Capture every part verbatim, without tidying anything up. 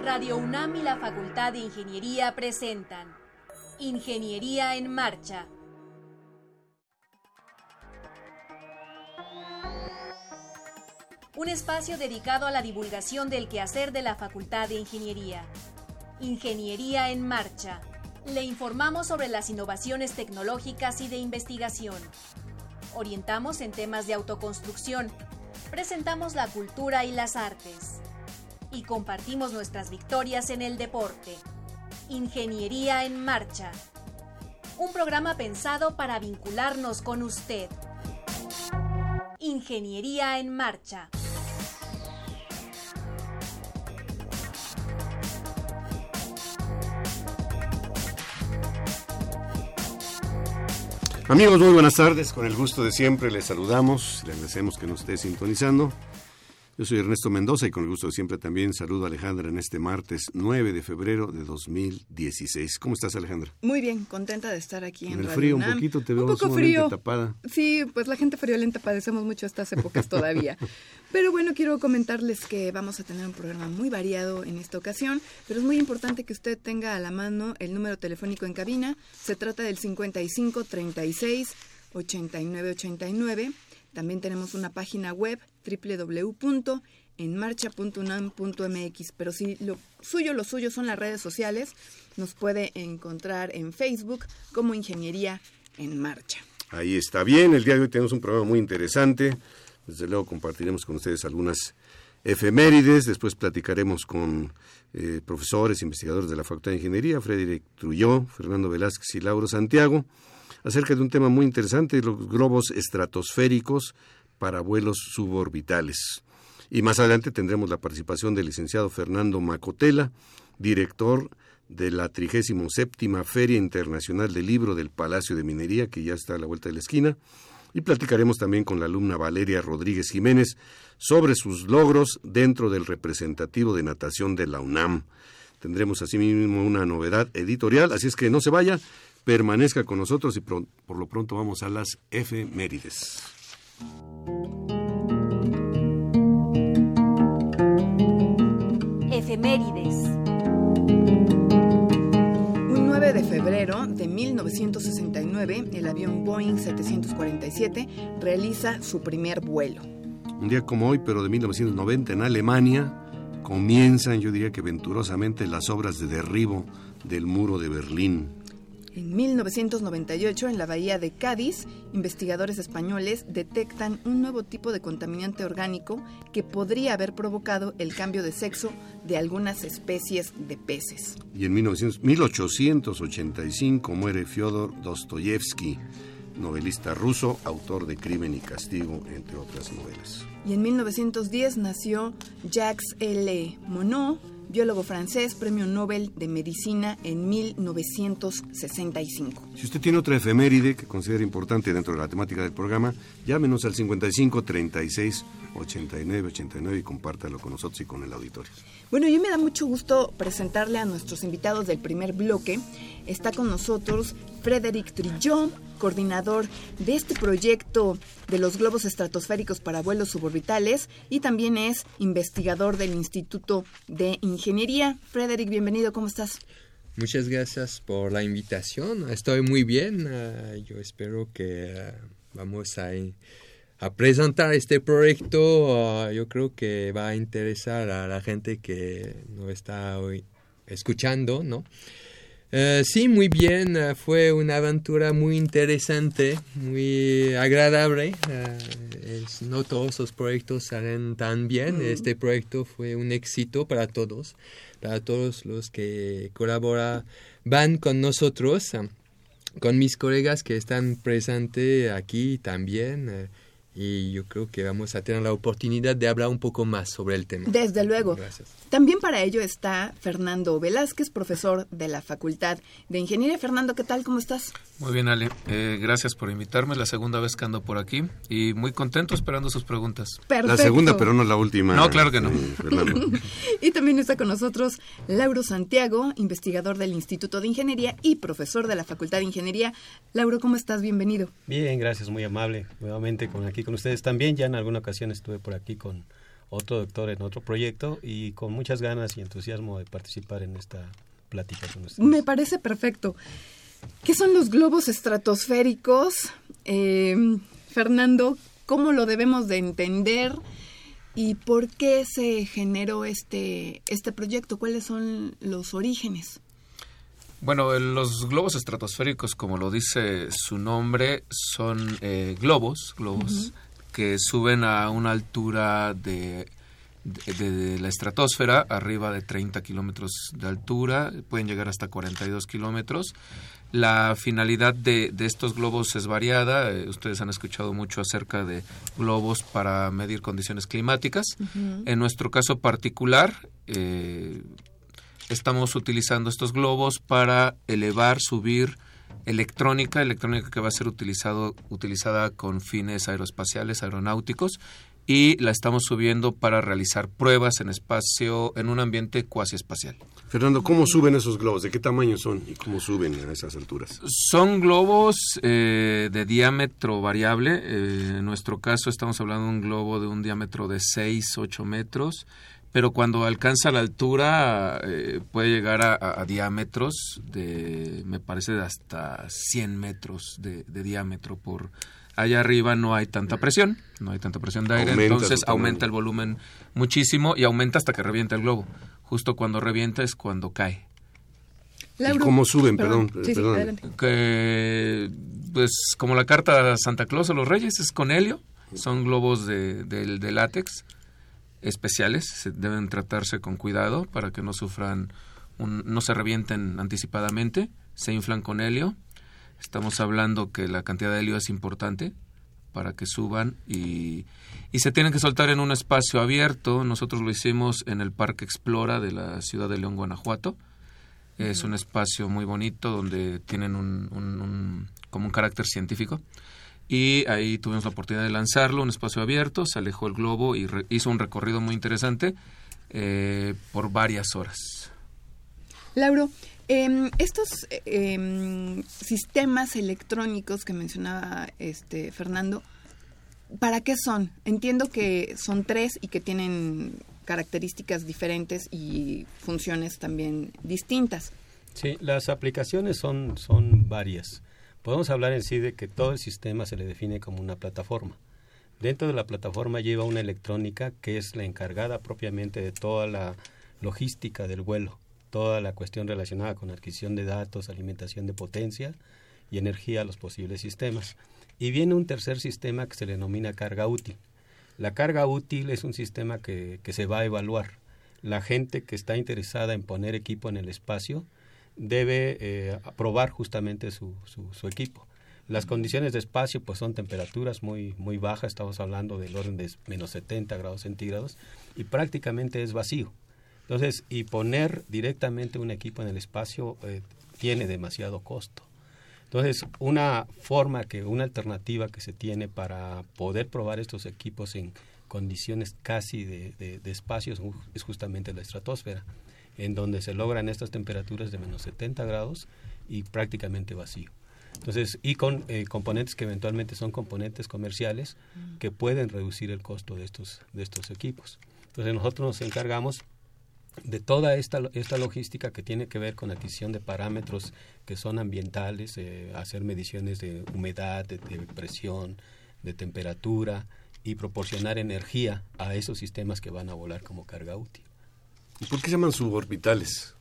Radio UNAM y la Facultad de Ingeniería presentan Ingeniería en Marcha. Un espacio dedicado a la divulgación del quehacer de la Facultad de Ingeniería. Ingeniería en Marcha. Le informamos sobre las innovaciones tecnológicas y de investigación. Orientamos en temas de autoconstrucción. Presentamos la cultura y las artes. Y compartimos nuestras victorias en el deporte. Ingeniería en Marcha. Un programa pensado para vincularnos con usted. Ingeniería en Marcha. Amigos, muy buenas tardes. Con el gusto de siempre les saludamos. Le agradecemos que nos esté sintonizando. Yo soy Ernesto Mendoza y con el gusto de siempre también saludo a Alejandra en este martes nueve de febrero de dos mil dieciséis. ¿Cómo estás, Alejandra? Muy bien, contenta de estar aquí en en el Radio frío UNAM. Un poquito, te veo un poco sumamente frío. tapada. Sí, pues la gente friolenta padecemos mucho estas épocas todavía. Pero bueno, quiero comentarles que vamos a tener un programa muy variado en esta ocasión, pero es muy importante que usted tenga a la mano el número telefónico en cabina. Se trata del cincuenta y cinco, treinta y seis, ochenta y nueve ochenta y nueve. También tenemos una página web, doble u doble u doble u punto en marcha punto unam punto m x, pero si lo suyo, lo suyo son las redes sociales, nos puede encontrar en Facebook como Ingeniería en Marcha. Ahí está bien, el día de hoy tenemos un programa muy interesante, desde luego compartiremos con ustedes algunas efemérides, después platicaremos con eh, profesores, investigadores de la Facultad de Ingeniería, Frederic Trujillo, Fernando Velázquez y Lauro Santiago, acerca de un tema muy interesante, los globos estratosféricos para vuelos suborbitales. Y más adelante tendremos la participación del licenciado Fernando Macotela, director de la trigésima séptima Feria Internacional del Libro del Palacio de Minería, que ya está a la vuelta de la esquina, y platicaremos también con la alumna Valeria Rodríguez Jiménez sobre sus logros dentro del representativo de natación de la UNAM. Tendremos asimismo una novedad editorial, así es que no se vaya, permanezca con nosotros y por, por lo pronto vamos a las efemérides. Efemérides. Un nueve de febrero de mil novecientos sesenta y nueve, el avión Boeing setecientos cuarenta y siete realiza su primer vuelo. Un día como hoy, pero de mil novecientos noventa, en Alemania, comienzan, yo diría que venturosamente, las obras de derribo del muro de Berlín. En mil novecientos noventa y ocho, en la bahía de Cádiz, investigadores españoles detectan un nuevo tipo de contaminante orgánico que podría haber provocado el cambio de sexo de algunas especies de peces. Y en mil ochocientos ochenta y cinco muere Fyodor Dostoyevsky, novelista ruso, autor de Crimen y Castigo, entre otras novelas. Y en mil novecientos diez nació Jacques L. Monod, biólogo francés, premio Nobel de Medicina en mil novecientos sesenta y cinco. Si usted tiene otra efeméride que considera importante dentro de la temática del programa, llámenos al cincuenta y cinco, treinta y seis, ochenta y nueve ochenta y nueve y compártalo con nosotros y con el auditorio. Bueno, y me da mucho gusto presentarle a nuestros invitados del primer bloque. Está con nosotros Frederic Trujillo, coordinador de este proyecto de los globos estratosféricos para vuelos suborbitales y también es investigador del Instituto de Ingeniería. Frederic, bienvenido, ¿cómo estás? Muchas gracias por la invitación. Estoy muy bien. Uh, yo espero que uh, vamos a, a presentar este proyecto. Uh, yo creo que va a interesar a la gente que nos está hoy escuchando, ¿no? Uh, sí, muy bien. Uh, fue una aventura muy interesante, muy agradable. Uh, es, no todos los proyectos salen tan bien. Mm. Este proyecto fue un éxito para todos, para todos los que colaboran, van con nosotros, uh, con mis colegas que están presentes aquí también. Uh, Y yo creo que vamos a tener la oportunidad de hablar un poco más sobre el tema. Desde luego. Gracias. También para ello está Fernando Velázquez, profesor de la Facultad de Ingeniería. Fernando, ¿qué tal? ¿Cómo estás? Muy bien, Ale. Eh, gracias por invitarme. La segunda vez que ando por aquí y muy contento esperando sus preguntas. Perfecto. La segunda, pero no la última. No, claro que no. Sí, Fernando. Y también está con nosotros Lauro Santiago, investigador del Instituto de Ingeniería y profesor de la Facultad de Ingeniería. Lauro, ¿cómo estás? Bienvenido. Bien, gracias, muy amable. Nuevamente con aquí con ustedes también. Ya en alguna ocasión estuve por aquí con otro doctor en otro proyecto y con muchas ganas y entusiasmo de participar en esta plática con ustedes. Me parece perfecto. ¿Qué son los globos estratosféricos? Eh, Fernando, ¿cómo lo debemos de entender? ¿Y por qué se generó este, este proyecto? ¿Cuáles son los orígenes? Bueno, los globos estratosféricos, como lo dice su nombre, son eh, globos, globos uh-huh. que suben a una altura de, de, de la estratosfera, arriba de treinta kilómetros de altura, pueden llegar hasta cuarenta y dos kilómetros. La finalidad de, de estos globos es variada. Eh, ustedes han escuchado mucho acerca de globos para medir condiciones climáticas. Uh-huh. En nuestro caso particular, eh, estamos utilizando estos globos para elevar, subir electrónica, electrónica que va a ser utilizado, utilizada con fines aeroespaciales, aeronáuticos, y la estamos subiendo para realizar pruebas en espacio, en un ambiente cuasi espacial. Fernando, ¿cómo suben esos globos? ¿De qué tamaño son y cómo suben a esas alturas? Son globos eh, de diámetro variable. Eh, en nuestro caso estamos hablando de un globo de un diámetro de seis, ocho metros, pero cuando alcanza la altura eh, puede llegar a, a, a diámetros de, me parece, de hasta cien metros de, de diámetro. Por allá arriba no hay tanta presión, no hay tanta presión de aire, aumenta entonces aumenta el volumen muchísimo y aumenta hasta que revienta el globo. Justo cuando revienta es cuando cae. ¿Y cómo suben? Perdón, perdón. Sí, perdón. Sí, que, pues como la carta Santa Claus o los Reyes, es con helio, son globos de, de, de látex especiales, se deben tratarse con cuidado para que no sufran, un, no se revienten anticipadamente, se inflan con helio. Estamos hablando que la cantidad de helio es importante para que suban y, y se tienen que soltar en un espacio abierto. Nosotros lo hicimos en el Parque Explora de la ciudad de León, Guanajuato. Uh-huh. Es un espacio muy bonito donde tienen un, un, un, como un carácter científico. Y ahí tuvimos la oportunidad de lanzarlo, un espacio abierto, se alejó el globo y re- hizo un recorrido muy interesante eh, por varias horas. Lauro, eh, estos eh, sistemas electrónicos que mencionaba este Fernando, ¿para qué son? Entiendo que son tres y que tienen características diferentes y funciones también distintas. Sí, las aplicaciones son, son varias. Podemos hablar en sí de que todo el sistema se le define como una plataforma. Dentro de la plataforma lleva una electrónica que es la encargada propiamente de toda la logística del vuelo, toda la cuestión relacionada con adquisición de datos, alimentación de potencia y energía a los posibles sistemas. Y viene un tercer sistema que se le denomina carga útil. La carga útil es un sistema que, que se va a evaluar. La gente que está interesada en poner equipo en el espacio debe eh, aprobar justamente su, su, su equipo. Las condiciones de espacio pues son temperaturas muy, muy bajas, estamos hablando del orden de menos setenta grados centígrados y prácticamente es vacío. Entonces, y poner directamente un equipo en el espacio eh, tiene demasiado costo. Entonces, una forma, que una alternativa que se tiene para poder probar estos equipos en condiciones casi de, de, de espacios es justamente la estratosfera, en donde se logran estas temperaturas de menos setenta grados y prácticamente vacío. Entonces, y con eh, componentes que eventualmente son componentes comerciales que pueden reducir el costo de estos, de estos equipos. Entonces, nosotros nos encargamos de toda esta, esta logística que tiene que ver con adquisición de parámetros que son ambientales, eh, hacer mediciones de humedad, de, de presión, de temperatura y proporcionar energía a esos sistemas que van a volar como carga útil. ¿Por qué se llaman suborbitales?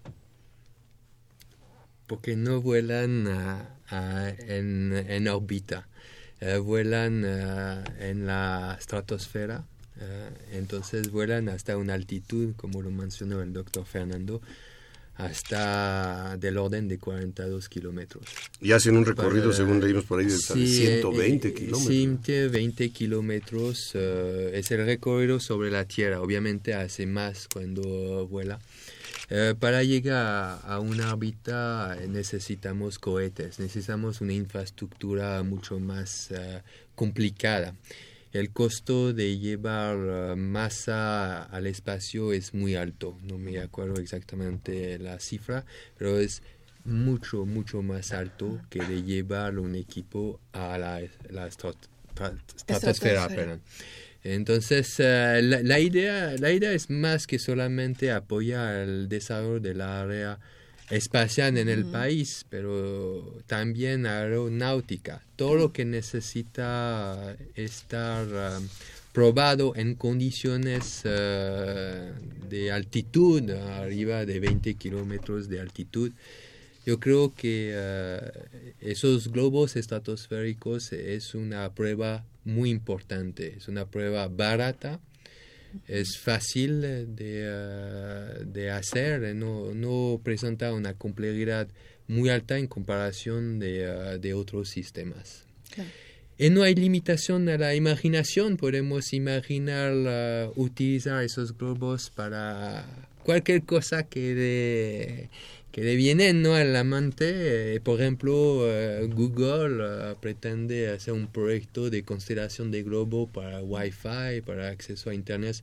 Porque no vuelan uh, uh, en, en órbita, uh, vuelan uh, en la estratosfera, uh, entonces vuelan hasta una altitud, como lo mencionó el doctor Fernando, hasta del orden de cuarenta y dos kilómetros. Y hacen un recorrido, Para, según leímos por ahí, de sí, ciento veinte kilómetros. ciento veinte kilómetros uh, es el recorrido sobre la Tierra. Obviamente hace más cuando vuela. Uh, para llegar a, a una órbita necesitamos cohetes, necesitamos una infraestructura mucho más uh, complicada. El costo de llevar uh, masa al espacio es muy alto, no me acuerdo exactamente la cifra, pero es mucho, mucho más alto que de llevar un equipo a la, la estrat- estratosfera. Perdón. Entonces, uh, la, la, idea, la idea es más que solamente apoyar el desarrollo de la área espacial en el uh-huh. país, pero también aeronáutica. Todo lo que necesita estar uh, probado en condiciones uh, de altitud, arriba de veinte kilómetros de altitud. Yo creo que uh, esos globos estratosféricos es una prueba muy importante, es una prueba barata, es fácil de, uh, de hacer, no, no presenta una complejidad muy alta en comparación de, uh, de otros sistemas. Claro. Y no hay limitación a la imaginación, podemos imaginar uh, utilizar esos globos para cualquier cosa que de... que le vienen, ¿no?, a la mente. Eh, por ejemplo, uh, Google uh, pretende hacer un proyecto de constelación de globo para Wi-Fi, para acceso a Internet.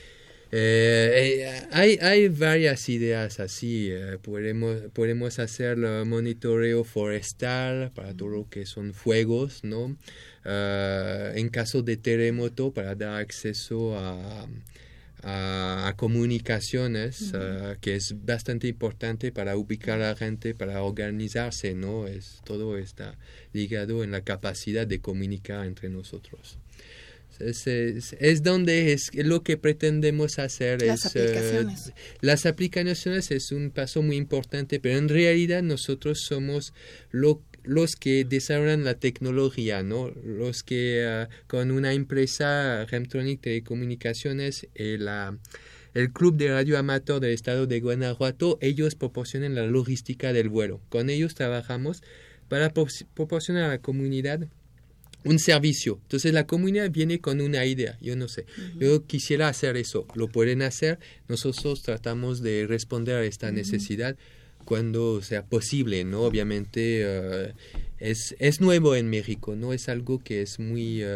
Eh, eh, hay, hay varias ideas así. Eh, podemos, podemos hacer uh, monitoreo forestal para todo lo que son fuegos, ¿no? Uh, en caso de terremoto, para dar acceso a... A, a comunicaciones, uh-huh. uh, que es bastante importante para ubicar a la gente, para organizarse, ¿no? Es, todo está ligado en la capacidad de comunicar entre nosotros. Es, es, es donde es lo que pretendemos hacer. Las es, aplicaciones. Uh, las aplicaciones es un paso muy importante, pero en realidad nosotros somos lo los que desarrollan la tecnología, ¿no? Los que uh, con una empresa Gemtronic Telecomunicaciones, el, uh, el Club de Radio Amateur del Estado de Guanajuato, ellos proporcionan la logística del vuelo. Con ellos trabajamos para pro- proporcionar a la comunidad un servicio. Entonces la comunidad viene con una idea, yo no sé, uh-huh. yo quisiera hacer eso, lo pueden hacer, nosotros tratamos de responder a esta uh-huh. necesidad cuando sea posible, ¿no? Obviamente uh, es, es nuevo en México, no es algo que es muy uh,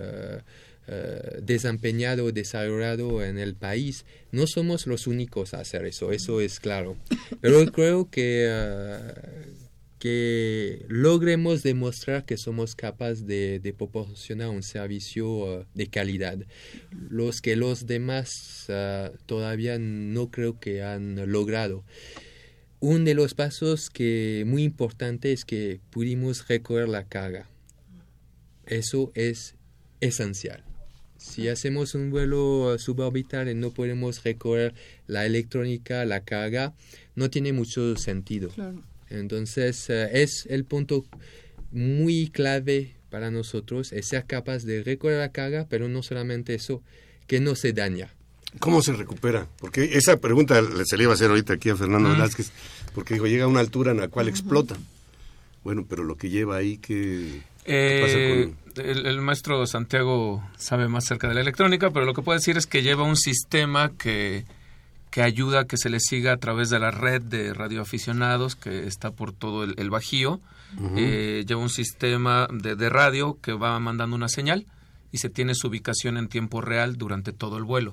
uh, desempeñado, desarrollado en el país. No somos los únicos a hacer eso, eso es claro. Pero creo que, uh, que logremos demostrar que somos capaces de, de proporcionar un servicio uh, de calidad. Los que los demás uh, todavía no creo que han logrado. Uno de los pasos que muy importante es que pudimos recoger la carga. Eso es esencial. Si hacemos un vuelo suborbital y no podemos recoger la electrónica, la carga, no tiene mucho sentido. Claro. Entonces, uh, es el punto muy clave para nosotros, es ser capaz de recoger la carga, pero no solamente eso, que no se daña. ¿Cómo se recupera? Porque esa pregunta se le iba a hacer ahorita aquí a Fernando uh-huh. Velázquez, porque digo, llega a una altura en la cual uh-huh. explota. Bueno, pero lo que lleva ahí, ¿qué, eh, ¿qué pasa con...? El, el maestro Santiago sabe más cerca de la electrónica, pero lo que puede decir es que lleva un sistema que, que ayuda a que se le siga a través de la red de radioaficionados que está por todo el, el Bajío. Uh-huh. Eh, lleva un sistema de, de radio que va mandando una señal y se tiene su ubicación en tiempo real durante todo el vuelo.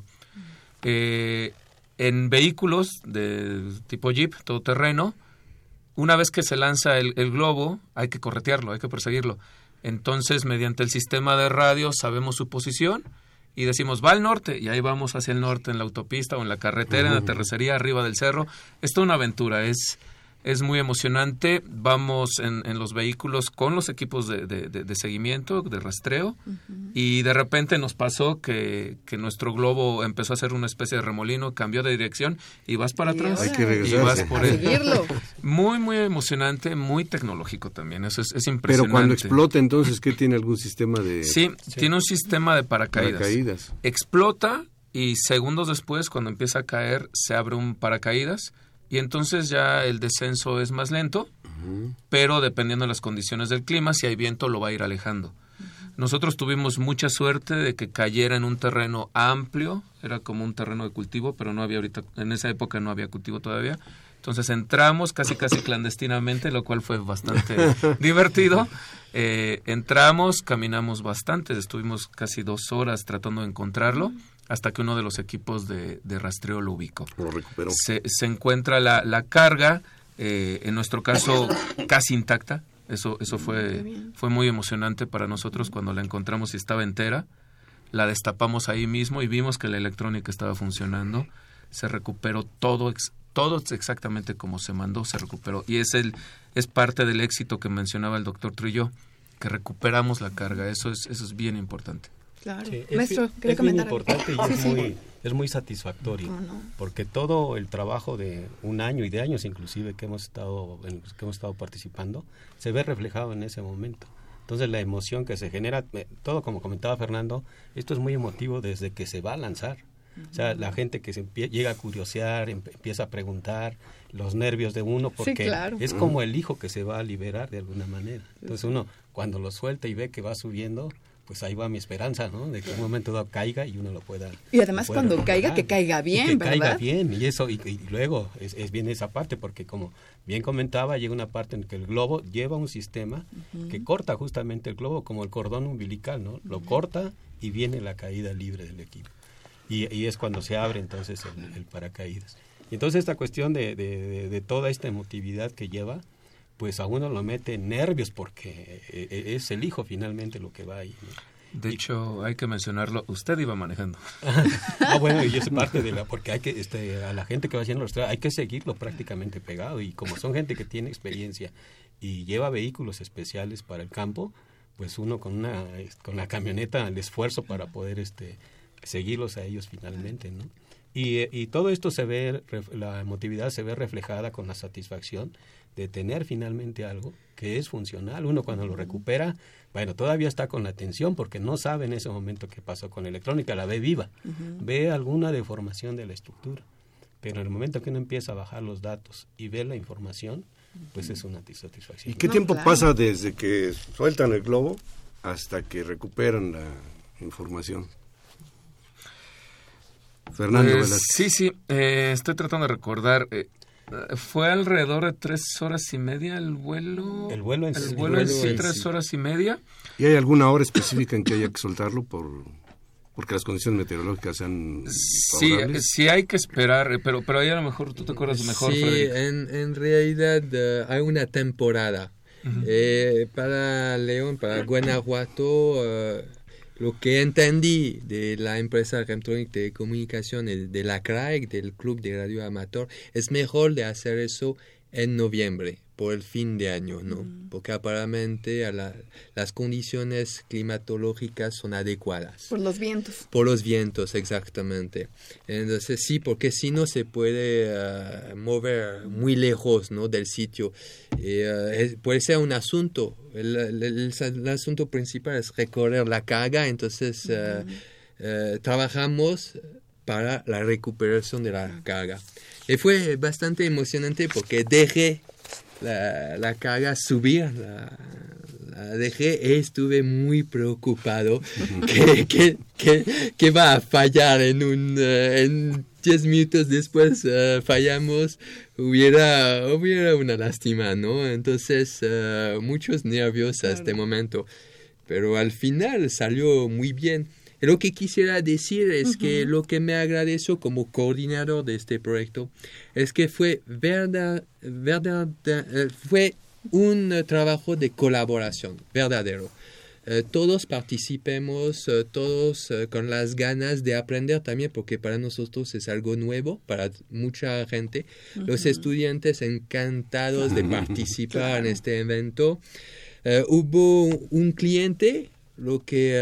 Eh, en vehículos de tipo Jeep, todoterreno, una vez que se lanza el, el globo, hay que corretearlo, hay que perseguirlo. Entonces, mediante el sistema de radio, sabemos su posición y decimos, va al norte, y ahí vamos hacia el norte en la autopista o en la carretera, uh-huh. en la terracería, arriba del cerro. Es toda una aventura, es... Es muy emocionante. Vamos en, en los vehículos con los equipos de, de, de, de seguimiento, de rastreo, uh-huh. y de repente nos pasó que, que nuestro globo empezó a hacer una especie de remolino, cambió de dirección y vas para atrás. Hay que regresarse. Y vas por a él. seguirlo. Muy, muy emocionante, muy tecnológico también. Eso es, es impresionante. Pero cuando explota, entonces, ¿qué tiene algún sistema de...? Sí, sí. Tiene un sistema de paracaídas. Paracaídas. Explota y segundos después, cuando empieza a caer, se abre un paracaídas. Y entonces ya el descenso es más lento, uh-huh. pero dependiendo de las condiciones del clima, si hay viento lo va a ir alejando. Uh-huh. Nosotros tuvimos mucha suerte de que cayera en un terreno amplio, era como un terreno de cultivo, pero no había ahorita, en esa época no había cultivo todavía. Entonces entramos casi casi clandestinamente, lo cual fue bastante divertido. Eh, entramos, caminamos bastante, estuvimos casi dos horas tratando de encontrarlo. Hasta que uno de los equipos de, de rastreo lo ubicó. Lo recuperó. Se, se encuentra la, la carga, eh, en nuestro caso casi intacta. Eso, eso fue, fue muy emocionante para nosotros cuando la encontramos y estaba entera. la destapamos ahí mismo y vimos que la electrónica estaba funcionando, se recuperó todo, ex, todo exactamente como se mandó, se recuperó. Y es, el, es parte del éxito que mencionaba el doctor Trujillo, que recuperamos la carga, eso es, eso es bien importante. Claro. Sí, es Maestro, bien, ¿quería es bien comentar importante algo? y es, Sí, sí. muy, es muy satisfactorio, No, no. porque todo el trabajo de un año y de años inclusive que hemos estado en los que hemos estado participando se ve reflejado en ese momento. Entonces la emoción que se genera, todo como comentaba Fernando, esto es muy emotivo desde que se va a lanzar. O sea, la gente que se empie- llega a curiosear, em- empieza a preguntar, los nervios de uno, porque Sí, claro. es como el hijo que se va a liberar de alguna manera. Entonces uno, cuando lo suelta y ve que va subiendo, pues ahí va mi esperanza, ¿no? De que en un momento dado caiga y uno lo pueda... Y además lo pueda cuando recuperar. caiga, que caiga Y bien, que ¿verdad? caiga bien, y eso, y, y luego es, es bien esa parte, porque como bien comentaba, llega una parte en que el globo lleva un sistema uh-huh. que corta justamente el globo, como el cordón umbilical, ¿no? Lo uh-huh. corta y viene la caída libre del equipo. Y, y es cuando se abre entonces el, el paracaídas. Y entonces esta cuestión de, de, de, de toda esta emotividad que lleva, pues a uno lo mete en nervios, porque es el hijo finalmente lo que va ahí, ¿no? De hecho, hay que mencionarlo, usted iba manejando. Ah, bueno, y es parte de la, porque hay que, este, a la gente que va haciendo los trabajos, hay que seguirlo prácticamente pegado, y como son gente que tiene experiencia y lleva vehículos especiales para el campo, pues uno con una, con la camioneta, el esfuerzo para poder, este, seguirlos a ellos finalmente, ¿no? Y, y todo esto se ve, la emotividad se ve reflejada con la satisfacción de tener finalmente algo que es funcional. Uno cuando lo recupera, bueno, todavía está con la tensión porque no sabe en ese momento qué pasó con la electrónica, la ve viva, uh-huh. ve alguna deformación de la estructura, pero en el momento que uno empieza a bajar los datos y ve la información, pues es una satisfacción. ¿Y qué no, tiempo claro. pasa desde que sueltan el globo hasta que recuperan la información? Fernando pues, Velázquez. Sí, sí, eh, estoy tratando de recordar. Eh, fue alrededor de tres horas y media el vuelo. El vuelo en el sí. vuelo en sí, en tres sí. horas y media. ¿Y hay alguna hora específica en que haya que soltarlo por porque las condiciones meteorológicas sean sí, favorables? Sí, hay que esperar, pero pero ahí a lo mejor tú te acuerdas mejor, sí, Frederick. en, en realidad uh, hay una temporada. Uh-huh. Eh, para León, para Guanajuato, uh, lo que entendí de la empresa Remtronic de comunicación, de la C R A E C, del Club de Radio Amateur, es mejor de hacer eso en noviembre, por el fin de año, ¿no? Mm. Porque aparentemente a la, las condiciones climatológicas son adecuadas. Por los vientos. Por los vientos, exactamente. Entonces sí, porque si no se puede uh, mover muy lejos, ¿no?, del sitio. Y, uh, es, puede ser un asunto. El, el, el, el asunto principal es recorrer la carga, entonces uh, mm. uh, trabajamos para la recuperación de la carga. Y fue bastante emocionante porque dejé la, la carga subir, la, la dejé y estuve muy preocupado que, que, que, que va a fallar en un uh, en diez minutos después uh, fallamos, hubiera, hubiera una lástima, ¿no? Entonces, uh, muchos nervios a este momento, pero al final salió muy bien. Lo que quisiera decir es uh-huh. que lo que me agradeció como coordinador de este proyecto es que fue verdad, verdad, fue un trabajo de colaboración verdadero. Uh, todos participemos, uh, todos uh, con las ganas de aprender también, porque para nosotros es algo nuevo, para mucha gente. Uh-huh. Los estudiantes encantados de participar claro. en este evento. Uh, hubo un cliente, lo que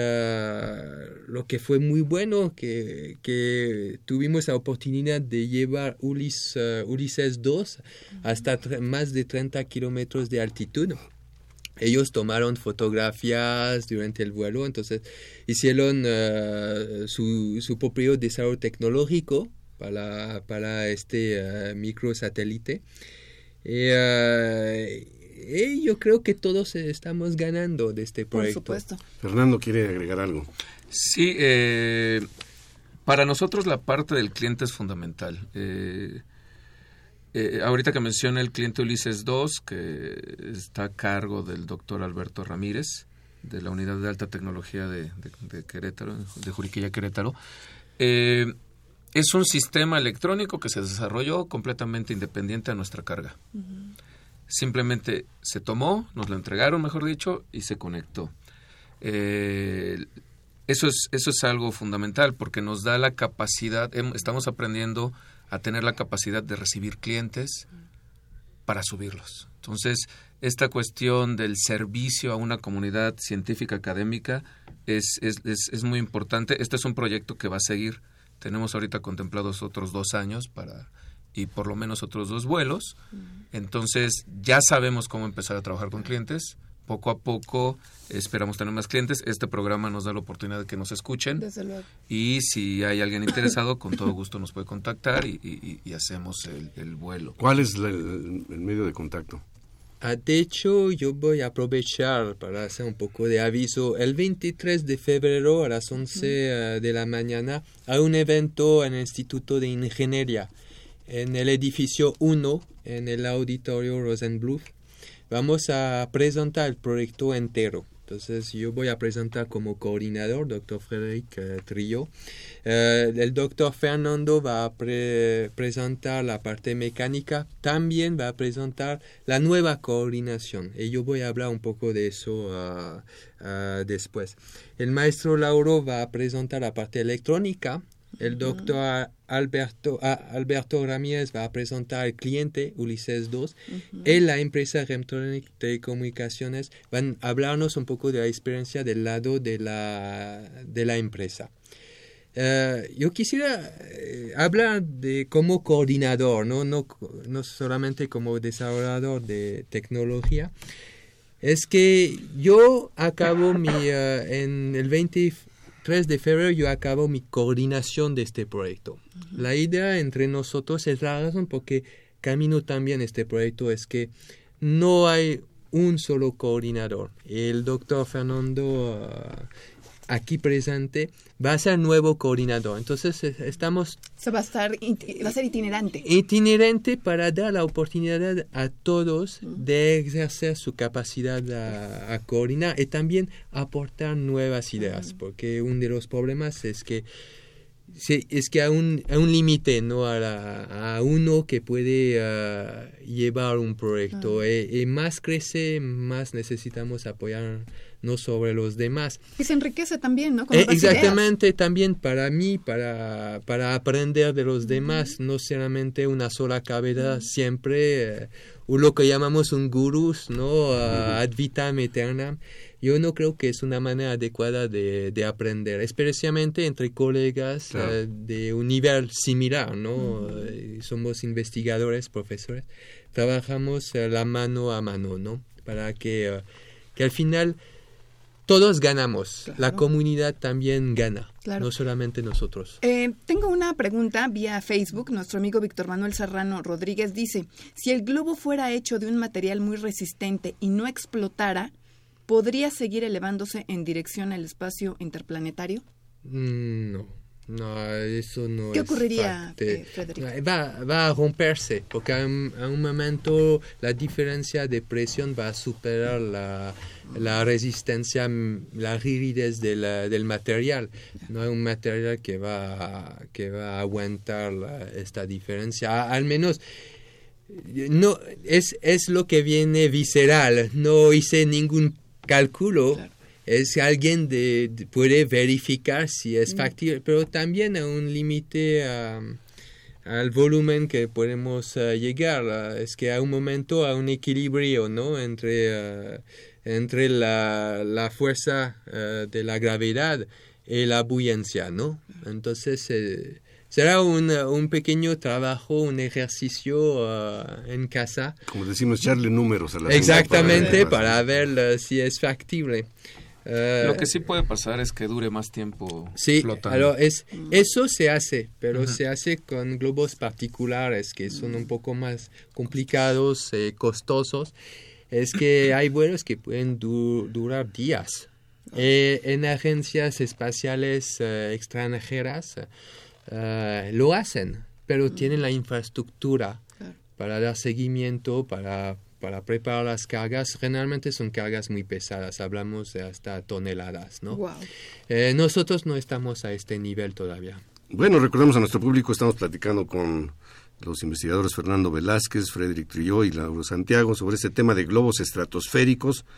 uh, lo que fue muy bueno, que, que tuvimos la oportunidad de llevar Ulis, uh, Ulises dos hasta tre- más de treinta kilómetros de altitud. Ellos tomaron fotografías durante el vuelo, entonces hicieron uh, su, su propio desarrollo tecnológico para, para este uh, microsatélite. Y, uh, y yo creo que todos estamos ganando de este proyecto. Por supuesto. Fernando quiere agregar algo. Sí, eh, para nosotros la parte del cliente es fundamental. Eh, eh, ahorita que menciona el cliente Ulises dos, que está a cargo del doctor Alberto Ramírez, de la Unidad de Alta Tecnología de, de, de Querétaro, de Juriquilla Querétaro, eh, es un sistema electrónico que se desarrolló completamente independiente a nuestra carga. Uh-huh. Simplemente se tomó, nos lo entregaron, mejor dicho, y se conectó. Eh, eso es, eso es algo fundamental porque nos da la capacidad, estamos aprendiendo a tener la capacidad de recibir clientes para subirlos. Entonces, esta cuestión del servicio a una comunidad científica académica es, es, es, es muy importante. Este es un proyecto que va a seguir. Tenemos ahorita contemplados otros dos años para y por lo menos otros dos vuelos. Entonces, ya sabemos cómo empezar a trabajar con clientes. Poco a poco esperamos tener más clientes. Este programa nos da la oportunidad de que nos escuchen. Desde luego. Y si hay alguien interesado, con todo gusto nos puede contactar y, y, y hacemos el, el vuelo. ¿Cuál es la, el, el medio de contacto? Ah, de hecho, yo voy a aprovechar para hacer un poco de aviso. El veintitrés de febrero a las once uh, de la mañana hay un evento en el Instituto de Ingeniería, en el edificio uno, en el auditorio Rosenbluth. Vamos a presentar el proyecto entero. Entonces, yo voy a presentar como coordinador, doctor Frédéric uh, Trillo. Uh, el doctor Fernando va a pre presentar la parte mecánica. También va a presentar la nueva coordinación. Y yo voy a hablar un poco de eso uh, uh, después. El maestro Lauro va a presentar la parte electrónica. El doctor Alberto, ah, Alberto Ramírez va a presentar al cliente Ulises dos uh-huh. y la empresa Remtronic Telecomunicaciones van a hablarnos un poco de la experiencia del lado de la, de la empresa. Uh, yo quisiera eh, hablar de como coordinador, ¿no? No, no solamente como desarrollador de tecnología. Es que yo acabo mi, uh, en el veinte tres de febrero yo acabo mi coordinación de este proyecto. Uh-huh. La idea entre nosotros es la razón porque camino también este proyecto es que no hay un solo coordinador. El doctor Fernando uh, aquí presente va a ser nuevo coordinador. Entonces estamos... Se va a estar va a ser itinerante. Itinerante para dar la oportunidad a todos de ejercer su capacidad a, a coordinar y también aportar nuevas ideas, uh-huh. porque uno de los problemas es que sí, es que hay un, hay un límite, ¿no? a, la, a uno que puede uh, llevar un proyecto. Uh-huh. y, y más crece, más necesitamos apoyar no sobre los demás. Y se enriquece también, ¿no? Con eh, exactamente, ideas. También para mí, para, para aprender de los demás, uh-huh. no solamente una sola cabeza, uh-huh. siempre, uh, lo que llamamos un gurús, ¿no? Uh, uh-huh. Ad vitam aeternam. Yo no creo que es una manera adecuada de, de aprender, especialmente entre colegas claro. uh, de un nivel similar, ¿no? Uh-huh. Uh, somos investigadores, profesores, trabajamos uh, la mano a mano, ¿no? Para que, uh, que al final todos ganamos, claro. la comunidad también gana, claro. no solamente nosotros. Eh, tengo una pregunta vía Facebook. Nuestro amigo Víctor Manuel Serrano Rodríguez dice, si el globo fuera hecho de un material muy resistente y no explotara, ¿podría seguir elevándose en dirección al espacio interplanetario? Mm, no. No, eso no ¿Qué es ocurriría, eh, Frederico? Va, va a romperse, porque a un, a un momento la diferencia de presión va a superar la, la resistencia, la rigidez de la, del material. No hay un material que va a, que va a aguantar la, esta diferencia. A, al menos no es, es lo que viene visceral. No hice ningún cálculo. Claro. Es alguien de, de, puede verificar si es factible, pero también a un límite um, al volumen que podemos uh, llegar. Uh, es que a un momento hay un equilibrio, ¿no? Entre, uh, entre la, la fuerza uh, de la gravedad y la buoyancia, ¿no? Entonces eh, será un, un pequeño trabajo, un ejercicio uh, en casa. Como decimos, echarle números a la exactamente, para ver, para ver uh, si es factible. Uh, Lo que sí puede pasar es que dure más tiempo sí, flotando. Es, eso se hace, pero uh-huh. se hace con globos particulares que son un poco más complicados, eh, costosos. Es que hay vuelos que pueden du- durar días. Eh, en agencias espaciales uh, extranjeras uh, lo hacen, pero uh-huh. tienen la infraestructura uh-huh. para dar seguimiento, para... para preparar las cargas. Generalmente son cargas muy pesadas, hablamos de hasta toneladas, ¿no? Wow. Eh, nosotros no estamos a este nivel todavía. Bueno, recordemos a nuestro público, estamos platicando con los investigadores Fernando Velázquez, Frédéric Trillo y Lauro Santiago sobre este tema de globos estratosféricos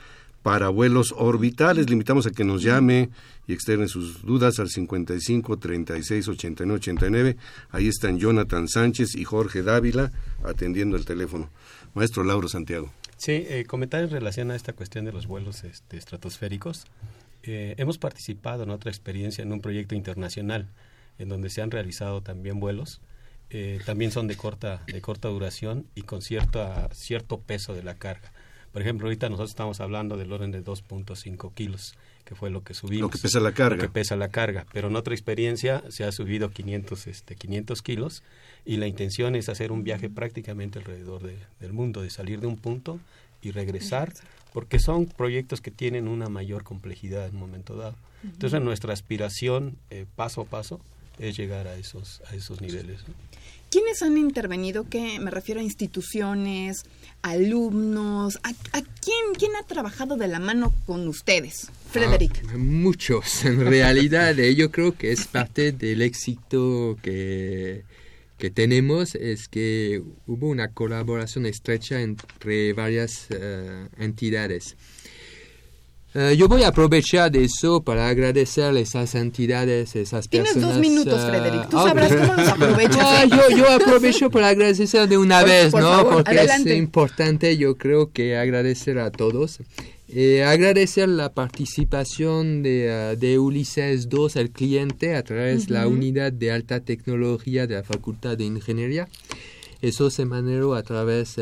para vuelos orbitales. Le invitamos a que nos llame y externe sus dudas al cincuenta y cinco, treinta y seis, ochenta y nueve, ochenta y nueve. Ahí están Jonathan Sánchez y Jorge Dávila atendiendo el teléfono. Maestro Lauro Santiago. Sí, eh, comentar en relación a esta cuestión de los vuelos este, estratosféricos. Eh, hemos participado en otra experiencia en un proyecto internacional en donde se han realizado también vuelos. Eh, también son de corta, de corta duración y con cierto, cierto peso de la carga. Por ejemplo, ahorita nosotros estamos hablando del orden de dos punto cinco kilos, que fue lo que subimos. Lo que pesa la carga. Lo que pesa la carga, pero en otra experiencia se ha subido quinientos, este, quinientos kilos y la intención es hacer un viaje prácticamente alrededor de, del mundo, de salir de un punto y regresar, porque son proyectos que tienen una mayor complejidad en un momento dado. Entonces, nuestra aspiración, eh, paso a paso, es llegar a esos, a esos niveles, ¿no? ¿Quiénes han intervenido? ¿Qué? Me refiero a instituciones, alumnos. ¿A, a quién, quién ha trabajado de la mano con ustedes? Frederick. Ah, muchos, en realidad. eh, yo creo que es parte del éxito que, que tenemos, es que hubo una colaboración estrecha entre varias uh, entidades. Uh, yo voy a aprovechar de eso para agradecerle a esas entidades, esas Tienes personas. Tienes dos minutos, uh, Frederick. Tú sabrás okay. cómo los aprovechas. Ah, yo, yo aprovecho para agradecer de una por, vez, por ¿no? Favor, porque adelante. Es importante, yo creo que agradecer a todos. Eh, agradecer la participación de, uh, de Ulises dos, el cliente, a través de uh-huh. la unidad de alta tecnología de la Facultad de Ingeniería. Eso se manejó a través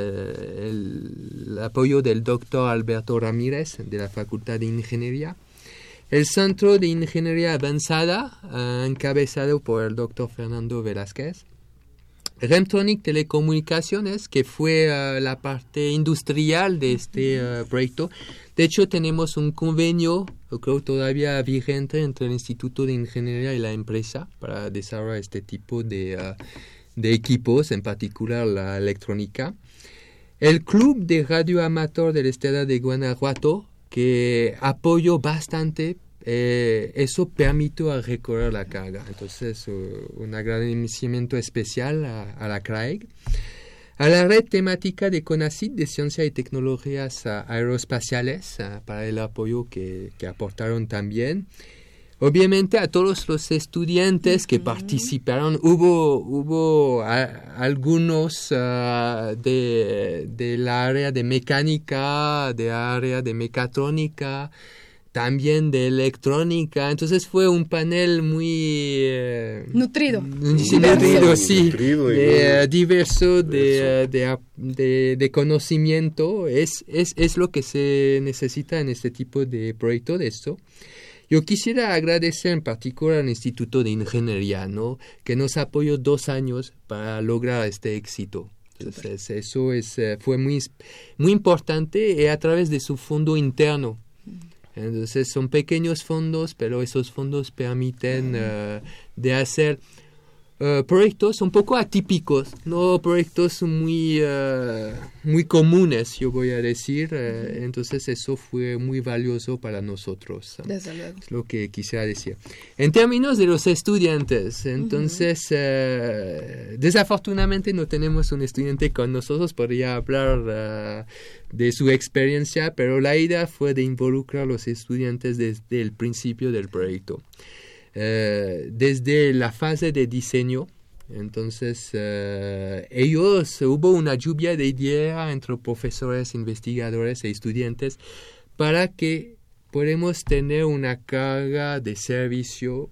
del eh, apoyo del doctor Alberto Ramírez de la Facultad de Ingeniería. El Centro de Ingeniería Avanzada, uh, encabezado por el doctor Fernando Velázquez. Remtronic Telecomunicaciones, que fue uh, la parte industrial de este uh, proyecto. De hecho, tenemos un convenio, creo todavía vigente, entre el Instituto de Ingeniería y la empresa para desarrollar este tipo de... Uh, de equipos, en particular la electrónica. El Club de Radio Amateur del Estado de Guanajuato, que apoyó bastante, eh, eso permitió recorrer la carga. Entonces, uh, un agradecimiento especial a, a la C R A E G. A la red temática de CONACYT de Ciencia y Tecnologías uh, Aeroespaciales, uh, para el apoyo que, que aportaron también. Obviamente a todos los estudiantes que uh-huh. participaron, hubo, hubo a, algunos uh, de, de la área de mecánica, de área de mecatrónica, también de electrónica. Entonces fue un panel muy... Eh, nutrido. Sí, nutrido, sí. Nutrido, de, uh, diverso, de, de, de, de conocimiento. Es, es, es lo que se necesita en este tipo de proyecto de esto. Yo quisiera agradecer en particular al Instituto de Ingeniería, ¿no? Que nos apoyó dos años para lograr este éxito. Entonces, eso es, fue muy, muy importante y a través de su fondo interno. Entonces, son pequeños fondos, pero esos fondos permiten uh, de hacer uh, proyectos un poco atípicos, no proyectos muy, uh, muy comunes, yo voy a decir. Uh, entonces, eso fue muy valioso para nosotros. Desde luego. Es lo que quisiera decir. En términos de los estudiantes, entonces, uh-huh. uh, desafortunadamente no tenemos un estudiante con nosotros, podría hablar uh, de su experiencia, pero la idea fue de involucrar a los estudiantes desde el principio del proyecto. Uh, desde la fase de diseño, entonces uh, ellos, hubo una lluvia de ideas entre profesores, investigadores e estudiantes para que podamos tener una carga de servicio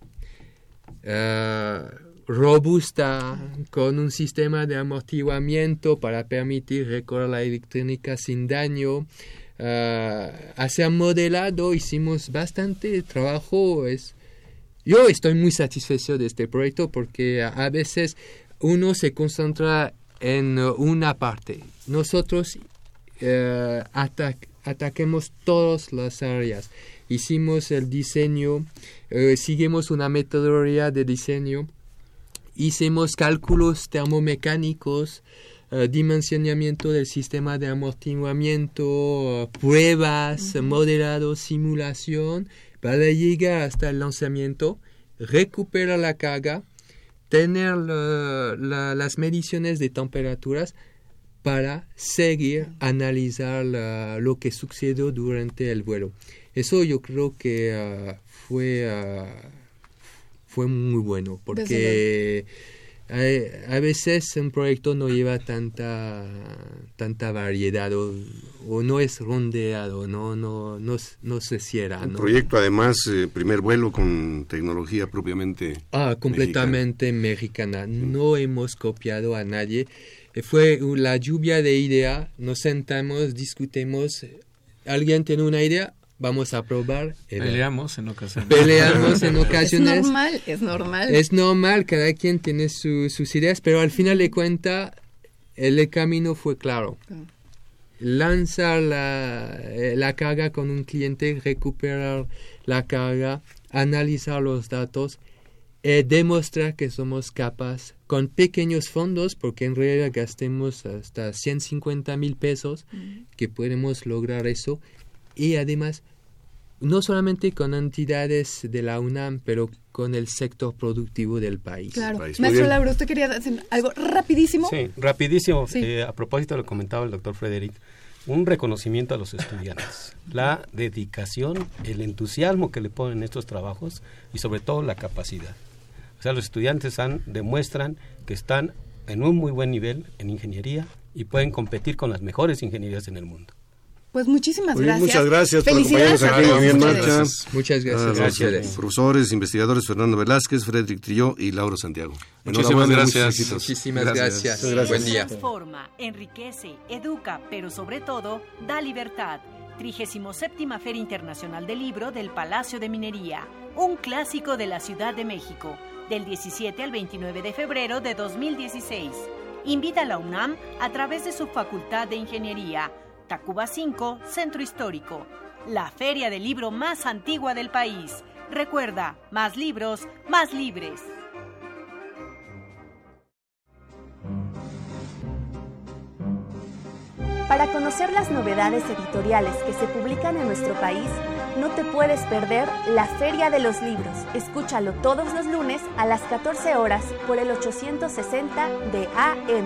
uh, robusta, con un sistema de amortiguamiento para permitir recorrer la electrónica sin daño. Uh, hacia modelado hicimos bastante trabajo. Es, yo estoy muy satisfecho de este proyecto porque a, a veces uno se concentra en uh, una parte. Nosotros uh, atac- ataquemos todas las áreas. Hicimos el diseño, uh, seguimos una metodología de diseño, hicimos cálculos termomecánicos, Uh, dimensionamiento del sistema de amortiguamiento, uh, pruebas, uh-huh. modelado, simulación, para llegar hasta el lanzamiento, recuperar la carga, tener la, la, las mediciones de temperaturas, para seguir, analizar la, lo que sucedió durante el vuelo. Eso yo creo que uh, fue, uh, fue muy bueno, porque a, a veces un proyecto no lleva tanta, tanta variedad o, o no es rondeado, no, no, no, no se cierra. Un ¿no? proyecto además, eh, primer vuelo con tecnología propiamente Ah, completamente mexicana. mexicana. No hemos copiado a nadie. Fue la lluvia de ideas, nos sentamos, discutimos, alguien tiene una idea, vamos a probar. Peleamos en ocasiones. Peleamos en ocasiones. Es normal, es normal. Es normal, cada quien tiene su, sus ideas, pero al final de cuentas el camino fue claro. Lanzar la, la carga con un cliente, recuperar la carga, analizar los datos, eh, demostrar que somos capaces con pequeños fondos, porque en realidad gastemos hasta ciento cincuenta mil pesos, mm. que podemos lograr eso, y además no solamente con entidades de la UNAM, pero con el sector productivo del país. Claro. País. Maestro Lauro, ¿usted quería hacer algo rapidísimo? Sí, rapidísimo. Sí. Eh, a propósito lo comentaba el doctor Frederick, un reconocimiento a los estudiantes, la dedicación, el entusiasmo que le ponen estos trabajos y sobre todo la capacidad. O sea, los estudiantes han, demuestran que están en un muy buen nivel en ingeniería y pueden competir con las mejores ingenierías en el mundo. Pues muchísimas Oye, gracias. Muchas gracias por Felicidades acompañarnos aquí en Ingeniería en Marcha. Gracias. Muchas gracias. A a los ustedes. profesores, investigadores Fernando Velázquez, Frederick Trilló y Lauro Santiago. Muchísimas gracias. Muchos éxitos. Muchísimas gracias. gracias. Buen día. Transforma, enriquece, educa, pero sobre todo, da libertad. trigésima séptima Feria Internacional del Libro del Palacio de Minería. Un clásico de la Ciudad de México. Del diecisiete al veintinueve de febrero de dos mil dieciséis. Invita a la UNAM a través de su Facultad de Ingeniería. Tacuba cinco, Centro Histórico. La feria del libro más antigua del país. Recuerda, más libros, más libres. Para conocer las novedades editoriales que se publican en nuestro país, no te puedes perder la Feria de los Libros. Escúchalo todos los lunes a las catorce horas por el ochocientos sesenta de A M.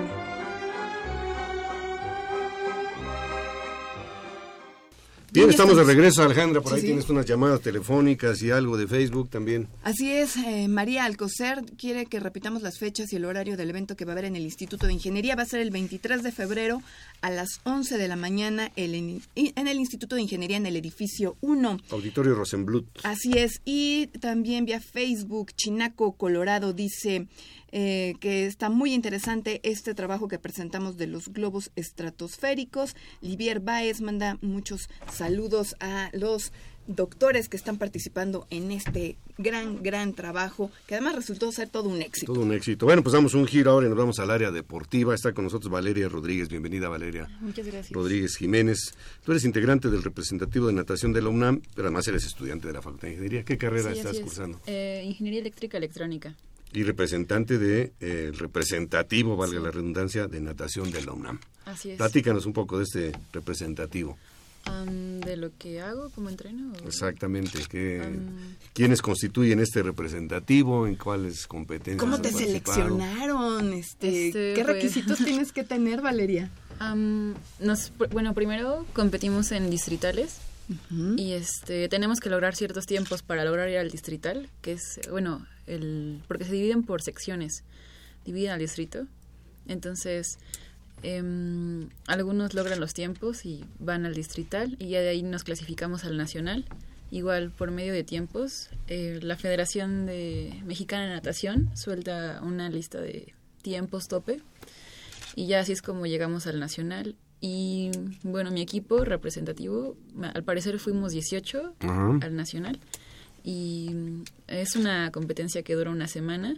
Bien, estamos de regreso, Alejandra. Por Sí, ahí sí. tienes unas llamadas telefónicas y algo de Facebook también. Así es, eh, María Alcocer quiere que repitamos las fechas y el horario del evento que va a haber en el Instituto de Ingeniería. Va a ser el veintitrés de febrero a las once de la mañana el, en, en el Instituto de Ingeniería en el edificio uno. Auditorio Rosenblut. Así es, y también vía Facebook, Chinaco Colorado dice eh, que está muy interesante este trabajo que presentamos de los globos estratosféricos. Livier Baez manda muchos saludos a los doctores que están participando en este gran, gran trabajo, que además resultó ser todo un éxito. Todo un éxito. Bueno, pues damos un giro ahora y nos vamos al área deportiva. Está con nosotros Valeria Rodríguez. Bienvenida, Valeria. Muchas gracias. Rodríguez Jiménez. Tú eres integrante del representativo de natación de la UNAM, pero además eres estudiante de la Facultad de Ingeniería. ¿Qué carrera Sí, estás así es. cursando? Eh, Ingeniería Eléctrica Electrónica. Y representante de, eh, representativo, valga la redundancia, de natación de la UNAM. Así es. Platícanos un poco de este representativo. Um, de lo que hago como entreno. o- Exactamente. ¿Qué, Um, ¿Quiénes constituyen este representativo? ¿En cuáles competencias ¿Cómo han te participado? seleccionaron? Este, Este, ¿Qué pues- requisitos tienes que tener, Valeria? um, nos, bueno, primero competimos en distritales Ujú. y este tenemos que lograr ciertos tiempos para lograr ir al distrital, que es, bueno, el porque se dividen por secciones, dividen al distrito. Entonces, em, algunos logran los tiempos y van al distrital y ya de ahí nos clasificamos al nacional. Igual por medio de tiempos, eh, la Federación de Mexicana de Natación suelta una lista de tiempos tope y ya así es como llegamos al nacional. Y bueno, mi equipo representativo, ma- al parecer fuimos dieciocho Ajá. al nacional y mm, es una competencia que dura una semana.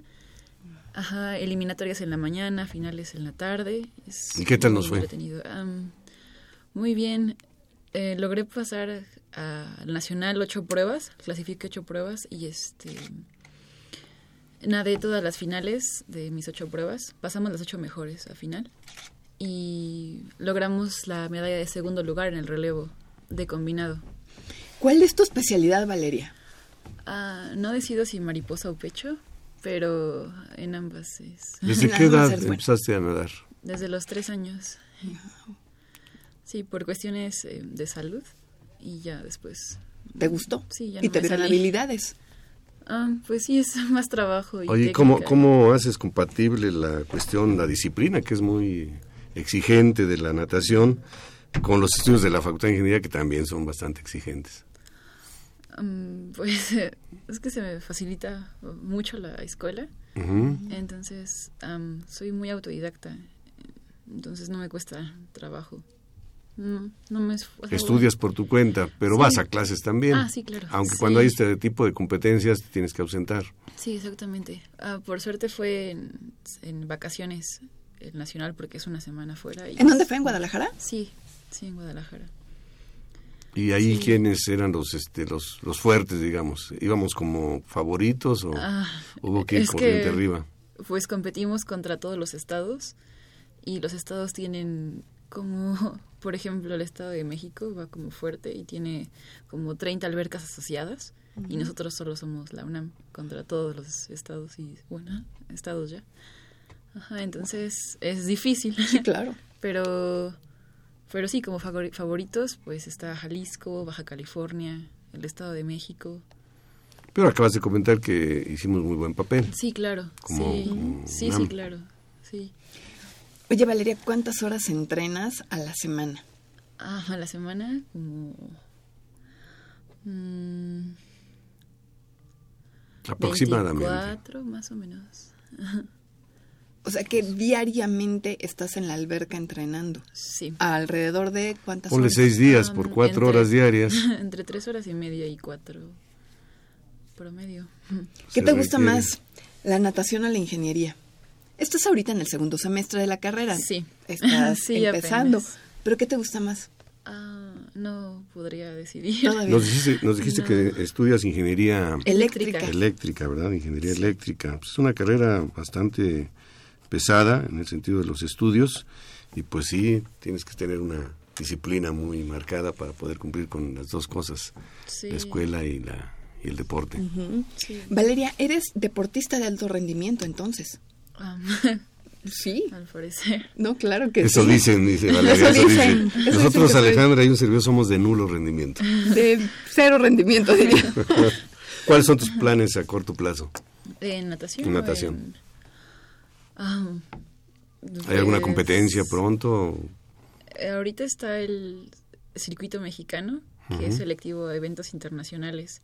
Ajá, eliminatorias en la mañana, finales en la tarde. Es ¿Y qué tal muy nos fue? entretenido. Am, muy bien. Eh, logré pasar a- al nacional ocho pruebas, clasifiqué ocho pruebas y este nadé todas las finales de mis ocho pruebas. Pasamos las ocho mejores a final y logramos la medalla de segundo lugar en el relevo de combinado. ¿Cuál es tu especialidad, Valeria? Ah, no decido si mariposa o pecho, pero en ambas es ¿Desde La qué edad vamos a hacer, bueno. empezaste a nadar? desde los tres años. Sí, por cuestiones eh, de salud y ya después. ¿Te gustó? Sí, ya ¿Y no te me dieron salí. habilidades? Ah, pues sí, es más trabajo. Y Oye, ¿cómo, ¿cómo haces compatible la cuestión, la disciplina, que es muy exigente de la natación, con los estudios de la Facultad de Ingeniería, que también son bastante exigentes? Um, pues eh, es que se me facilita mucho la escuela. Uh-huh. Entonces, um, soy muy autodidacta. Entonces no me cuesta trabajo. No, no me esfuerzo. Estudias por tu cuenta, pero Sí. vas a clases también. Ah, sí, claro. Aunque Sí. cuando hay este tipo de competencias te tienes que ausentar. Sí, exactamente. Ah, por suerte fue en, en vacaciones el nacional porque es una semana fuera. Y ¿En dónde fue? ¿En Guadalajara? Sí, sí, en Guadalajara. Y ahí, Sí. ¿quiénes eran los este los los fuertes, digamos? ¿Íbamos como favoritos o Ah, hubo que ir es corriente que, arriba? Pues competimos contra todos los estados y los estados tienen como, por ejemplo, el Estado de México va como fuerte y tiene como treinta albercas asociadas uh-huh. y nosotros solo somos la UNAM contra todos los estados y, bueno, estados ya. Ajá, entonces es difícil. Sí, claro. Pero, pero sí, como favori- favoritos, pues está Jalisco, Baja California, el Estado de México. Pero acabas de comentar que hicimos muy buen papel. Sí, claro. Como, sí, como sí, sí, claro. Sí. Oye, Valeria, ¿cuántas horas entrenas a la semana? Ah, a la semana, como... Mmm, aproximadamente. veinticuatro, más o menos. O sea, que diariamente estás en la alberca entrenando. Sí. ¿Alrededor de cuántas Ponle horas? seis días Um, por cuatro entre- horas diarias. Entre tres horas y media y cuatro promedio. ¿Qué Se te gusta requiere. más, la natación o la ingeniería? Estás ahorita en el segundo semestre de la carrera. Sí. Estás Sí, empezando. apenas. ¿Pero qué te gusta más? Ah, no podría decidir. Todavía. Nos dijiste, nos dijiste No. que estudias ingeniería Eléctrica. eléctrica, ¿verdad? Ingeniería eléctrica. Pues es una carrera bastante pesada en el sentido de los estudios y pues sí, tienes que tener una disciplina muy marcada para poder cumplir con las dos cosas, Sí. la escuela y la y el deporte. Ujú. Sí. Valeria, eres deportista de alto rendimiento, entonces. Um, Sí. al parecer. No, claro que Eso sí. dicen, dice Valeria, Eso eso dicen, dicen. eso Nosotros, dicen que soy- Alejandra y un servidor, somos de nulo rendimiento. De cero rendimiento, diría. ¿Cuáles son tus planes a corto plazo? ¿En natación? En o natación. en- Ah, ¿Hay alguna pues, competencia pronto? eh, Ahorita está el circuito mexicano, que Ujú. es selectivo a eventos internacionales.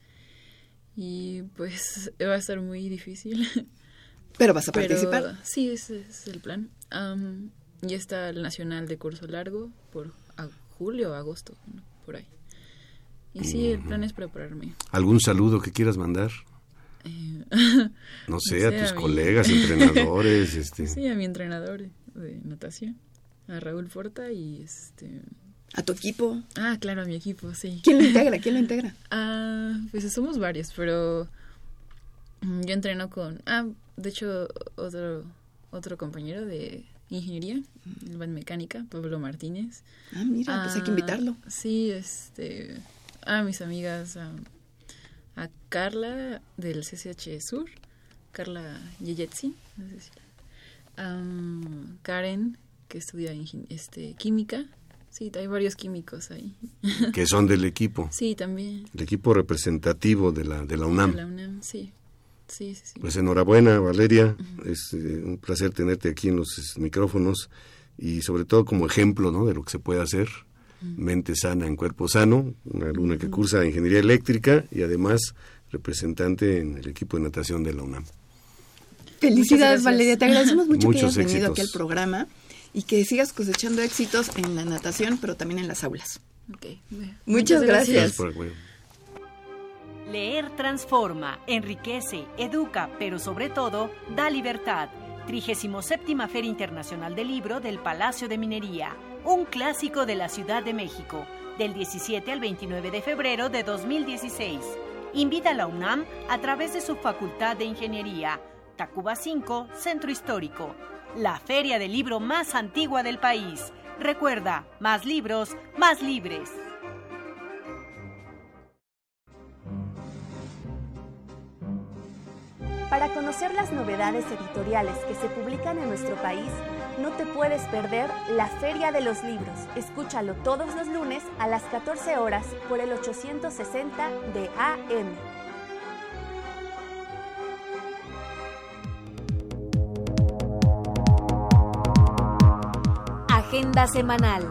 Y pues va a estar muy difícil. Pero vas a Pero participar. sí, ese es el plan. Am, y está el nacional de curso largo por a- julio o agosto, ¿no? Por ahí. Y sí, el plan es prepararme. ¿Algún saludo que quieras mandar? Eh, No sé, No a sé, tus a mí. colegas, entrenadores, este. sí, a mi entrenador de natación, a Raúl Porta y este... A tu equipo. Ah, claro, a mi equipo, sí. ¿Quién lo integra? ¿Quién lo integra? Ah, pues somos varios, pero mm, yo entreno con... Ah, de hecho, otro otro compañero de ingeniería, en mecánica, Pablo Martínez. Ah, mira, pues hay que Ah, invitarlo. Sí, este... A mis amigas, a, a Carla del C C H Sur, Carla Yeyetsi, no sé si la- am, Karen, que estudia ingen- este, química. Sí, hay varios químicos ahí. Que son del equipo, Sí, también. el equipo representativo de la, de la UNAM. De la UNAM, sí. Sí, sí, sí. Pues enhorabuena, Valeria. Es eh, un placer tenerte aquí en los es, micrófonos y sobre todo como ejemplo, ¿no?, de lo que se puede hacer. Mente sana en cuerpo sano, una alumna que cursa ingeniería eléctrica y además representante en el equipo de natación de la UNAM. Felicidades, gracias. Valeria. Te agradecemos mucho Muchos que hayas venido éxitos. aquí al programa y que sigas cosechando éxitos en la natación, pero también en las aulas. Ok, bueno, Muchas gracias. Gracias por el juego. Leer transforma, enriquece, educa, pero sobre todo da libertad. trigésima séptima Feria Internacional del Libro del Palacio de Minería, un clásico de la Ciudad de México, del diecisiete al veintinueve de febrero de dos mil dieciséis. Invita a la UNAM a través de su Facultad de Ingeniería. Tacuba cinco, Centro Histórico. La feria del libro más antigua del país. Recuerda, más libros, más libres. Para conocer las novedades editoriales que se publican en nuestro país, No te puedes perder la Feria de los Libros. Escúchalo todos los lunes a las catorce horas por el ochocientos sesenta de A M. Agenda semanal.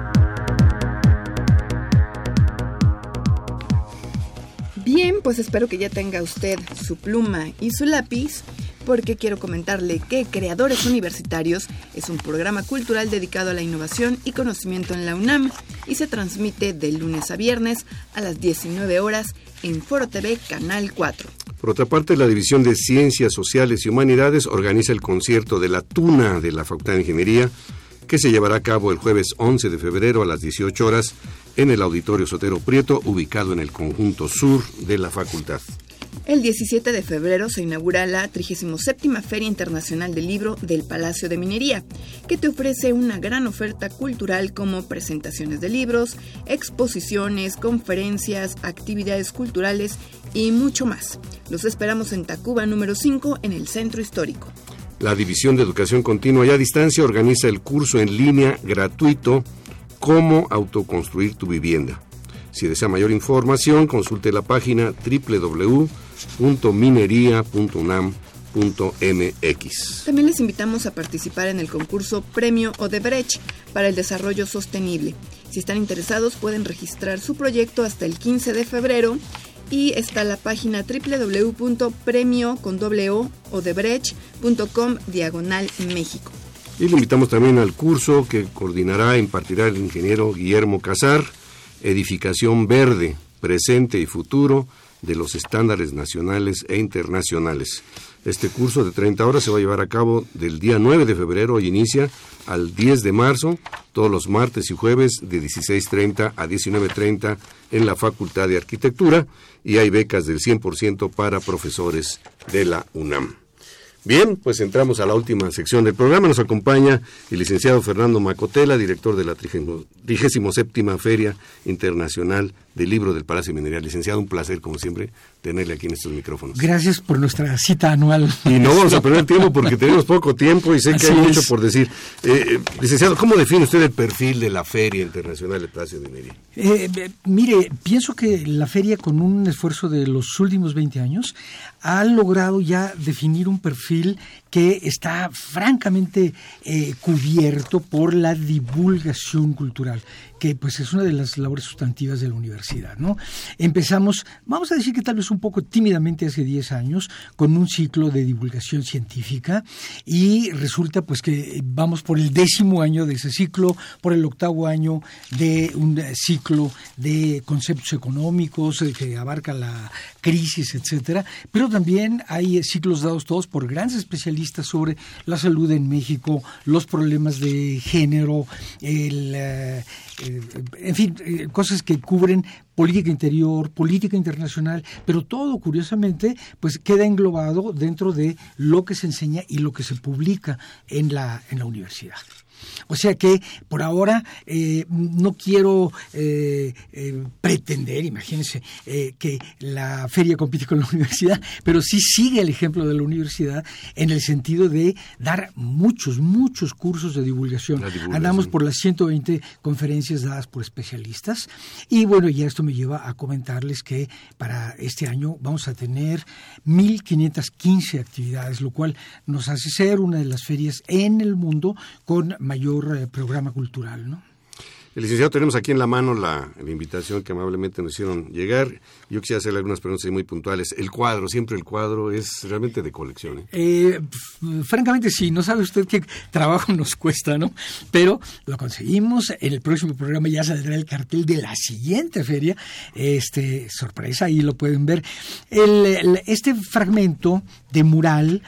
Bien, pues espero que ya tenga usted su pluma y su lápiz, porque quiero comentarle que Creadores Universitarios es un programa cultural dedicado a la innovación y conocimiento en la UNAM y se transmite de lunes a viernes a las diecinueve horas en Foro T V Canal cuatro. Por otra parte, la División de Ciencias Sociales y Humanidades organiza el concierto de la Tuna de la Facultad de Ingeniería, que se llevará a cabo el jueves once de febrero a las dieciocho horas en el Auditorio Sotero Prieto, ubicado en el conjunto sur de la facultad. El diecisiete de febrero se inaugura la trigésima séptima Feria Internacional del Libro del Palacio de Minería, que te ofrece una gran oferta cultural como presentaciones de libros, exposiciones, conferencias, actividades culturales y mucho más. Los esperamos en Tacuba número cinco en el Centro Histórico. La División de Educación Continua y a Distancia organiza el curso en línea gratuito Cómo autoconstruir tu vivienda. Si desea mayor información, consulte la página doble u doble u doble u punto minería punto unam punto m x. También les invitamos a participar en el concurso Premio Odebrecht para el Desarrollo Sostenible. Si están interesados, pueden registrar su proyecto hasta el quince de febrero y está la página doble u doble u doble u punto premio con doble o odebrecht punto com diagonal México. Y le invitamos también al curso que coordinará e impartirá el ingeniero Guillermo Casar, Edificación Verde, Presente y Futuro de los Estándares Nacionales e Internacionales. Este curso de treinta horas se va a llevar a cabo del día nueve de febrero y inicia al diez de marzo, todos los martes y jueves de dieciséis treinta a diecinueve treinta en la Facultad de Arquitectura, y hay becas del cien por ciento para profesores de la UNAM. Bien, pues entramos a la última sección del programa. Nos acompaña el licenciado Fernando Macotela, director de la trigésima séptima Feria Internacional del Libro del Palacio de Minería. Licenciado, un placer, como siempre, tenerle aquí en estos micrófonos. Gracias por nuestra cita anual. Y no vamos a perder tiempo porque tenemos poco tiempo y sé que Así hay es. mucho por decir. Eh, licenciado, ¿cómo define usted el perfil de la Feria Internacional del Palacio de Minería? Eh, eh, mire, pienso que la feria, con un esfuerzo de los últimos veinte años, ha logrado ya definir un perfil que está francamente eh, cubierto por la divulgación cultural, que pues es una de las labores sustantivas de la universidad, ¿no? Empezamos, vamos a decir que tal vez un poco tímidamente hace diez años, con un ciclo de divulgación científica, y resulta pues que vamos por el décimo año de ese ciclo, por el octavo año de un ciclo de conceptos económicos eh, que abarca la crisis, etcétera, pero también hay ciclos dados todos por grandes especialistas sobre la salud en México, los problemas de género, el, eh, eh, en fin, eh, cosas que cubren política interior, política internacional, pero todo, curiosamente, pues queda englobado dentro de lo que se enseña y lo que se publica en la, en la universidad. O sea que por ahora eh, no quiero eh, eh, pretender, imagínense, eh, que la feria compite con la universidad, pero sí sigue el ejemplo de la universidad en el sentido de dar muchos, muchos cursos de divulgación. divulgación. Andamos por las ciento veinte conferencias dadas por especialistas y bueno, ya esto me lleva a comentarles que para este año vamos a tener mil quinientas quince actividades, lo cual nos hace ser una de las ferias en el mundo con mayor eh, programa cultural, ¿no? El licenciado, tenemos aquí en la mano la, la invitación que amablemente nos hicieron llegar. Yo quisiera hacerle algunas preguntas muy puntuales. El cuadro, siempre el cuadro es realmente de colección, ¿eh? Eh, f- francamente sí, no sabe usted qué trabajo nos cuesta, ¿no? Pero lo conseguimos. En el próximo programa ya saldrá el cartel de la siguiente feria. Este, sorpresa, ahí lo pueden ver. El, el, este fragmento de mural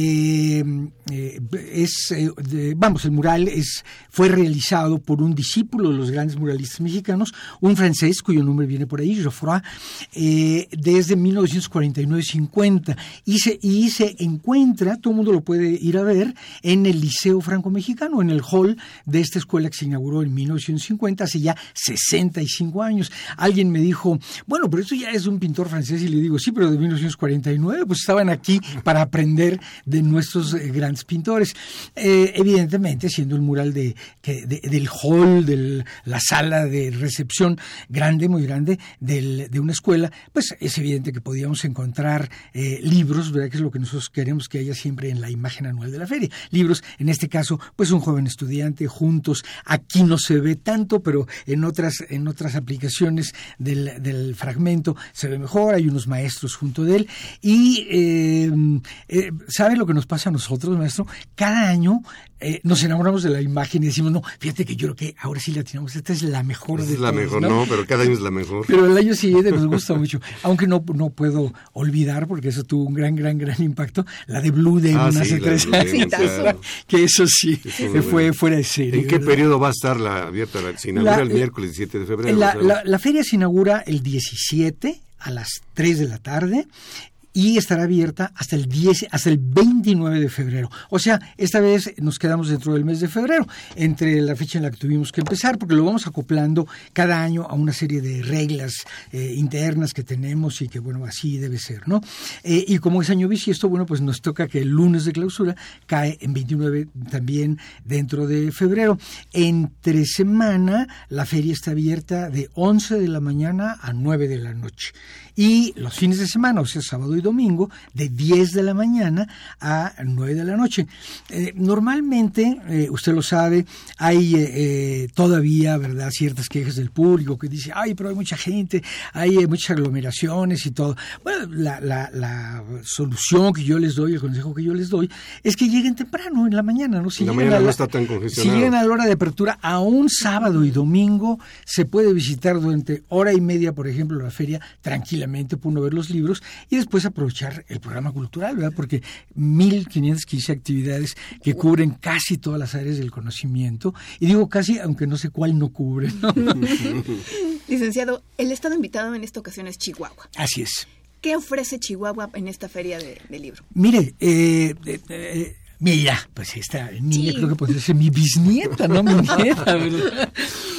eh, eh, es, eh, de, vamos, el mural es fue realizado por un discípulo de los grandes muralistas mexicanos, un francés cuyo nombre viene por ahí, Geoffroy, eh, desde mil novecientos cuarenta y nueve cincuenta, y se, y se encuentra, todo el mundo lo puede ir a ver, en el Liceo Franco-Mexicano, en el hall de esta escuela que se inauguró en mil novecientos cincuenta, hace ya sesenta y cinco años. Alguien me dijo, bueno, pero esto ya es un pintor francés, y le digo, sí, pero de mil novecientos cuarenta y nueve, pues estaban aquí para aprender de nuestros eh, grandes pintores. Eh, evidentemente, siendo el mural de, que, de, del hall, de la sala de recepción grande, muy grande, del, de una escuela, pues es evidente que podíamos encontrar eh, libros, ¿verdad? Que es lo que nosotros queremos que haya siempre en la imagen anual de la feria. Libros, en este caso, pues un joven estudiante, juntos. Aquí no se ve tanto, pero en otras, en otras aplicaciones del, del fragmento se ve mejor. Hay unos maestros junto de él. Y eh, eh, ¿sabe lo que nos pasa a nosotros, maestro? Cada año eh, nos enamoramos de la imagen y decimos, no, fíjate que yo creo que ahora sí la tenemos, esta es la mejor Esta de es la todas, mejor, ¿no? no, pero cada año es la mejor. Pero el año siguiente nos gusta mucho, aunque no, no puedo olvidar, porque eso tuvo un gran, gran, gran impacto, la de Blue Demon Ah, hace sí, la tres de Blue años, Demon, claro. que eso sí, Eso que fue fue bueno. fuera de serie. ¿En qué ¿verdad? periodo va a estar la abierta? La, se inaugura La- el miércoles diecisiete de febrero. La, ¿verdad? la, la feria se inaugura el diecisiete a las tres de la tarde y estará abierta hasta el diez, hasta el veintinueve de febrero. O sea, esta vez nos quedamos dentro del mes de febrero, entre la fecha en la que tuvimos que empezar, porque lo vamos acoplando cada año a una serie de reglas eh, internas que tenemos y que, bueno, así debe ser, ¿no? Eh, y como es año bisiesto, bueno, pues nos toca que el lunes de clausura cae en veintinueve también dentro de febrero. Entre semana, la feria está abierta de once de la mañana a nueve de la noche. Y los fines de semana, o sea, sábado y domingo, de diez de la mañana a nueve de la noche. Eh, normalmente, eh, usted lo sabe, hay eh, eh, todavía, ¿verdad?, ciertas quejas del público que dice, ay, pero hay mucha gente, hay eh, muchas aglomeraciones y todo. Bueno, la, la, la solución que yo les doy, el consejo que yo les doy, es que lleguen temprano, en la mañana, ¿no? Si En la llegan mañana a no está tan congestionado. Si llegan a la hora de apertura, a un sábado y domingo, se puede visitar durante hora y media, por ejemplo, la feria, tranquilamente, por uno ver los libros y después aprovechar el programa cultural, ¿verdad? Porque mil quinientas quince actividades que cubren casi todas las áreas del conocimiento. Y digo casi, aunque no sé cuál no cubre, ¿no? Licenciado, el estado invitado en esta ocasión es Chihuahua. Así es. ¿Qué ofrece Chihuahua en esta feria de, de libro? Mire, eh, eh, eh, mira, pues esta niña Sí. creo que podría ser mi bisnieta, ¿no? Mi nieta, ¿verdad?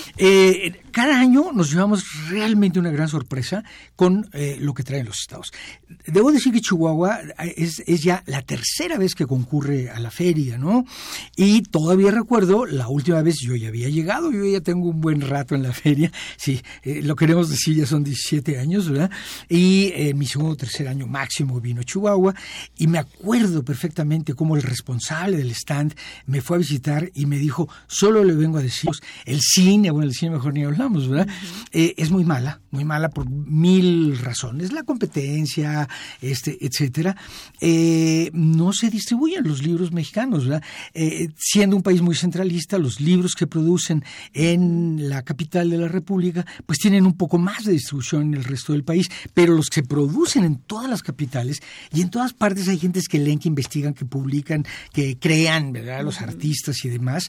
Eh, cada año nos llevamos realmente una gran sorpresa con eh, lo que traen los estados. Debo decir que Chihuahua es, es ya la tercera vez que concurre a la feria, ¿no? Y todavía recuerdo, la última vez yo ya había llegado, yo ya tengo un buen rato en la feria, sí, eh, lo queremos decir, ya son diecisiete años, ¿verdad? Y eh, mi segundo o tercer año máximo vino Chihuahua, y me acuerdo perfectamente cómo el responsable del stand me fue a visitar y me dijo, solo le vengo a decir, el cine, bueno, el cine mejor ni hablamos, ¿verdad? Uh-huh. Eh, es muy mala, muy mala por mil razones, la competencia, este, etcétera. Eh, no se distribuyen los libros mexicanos, ¿verdad? Eh, siendo un país muy centralista, los libros que producen en la capital de la República, pues tienen un poco más de distribución en el resto del país, pero los que se producen en todas las capitales y en todas partes hay gentes que leen, que investigan, que publican, que crean, ¿verdad? Los artistas y demás.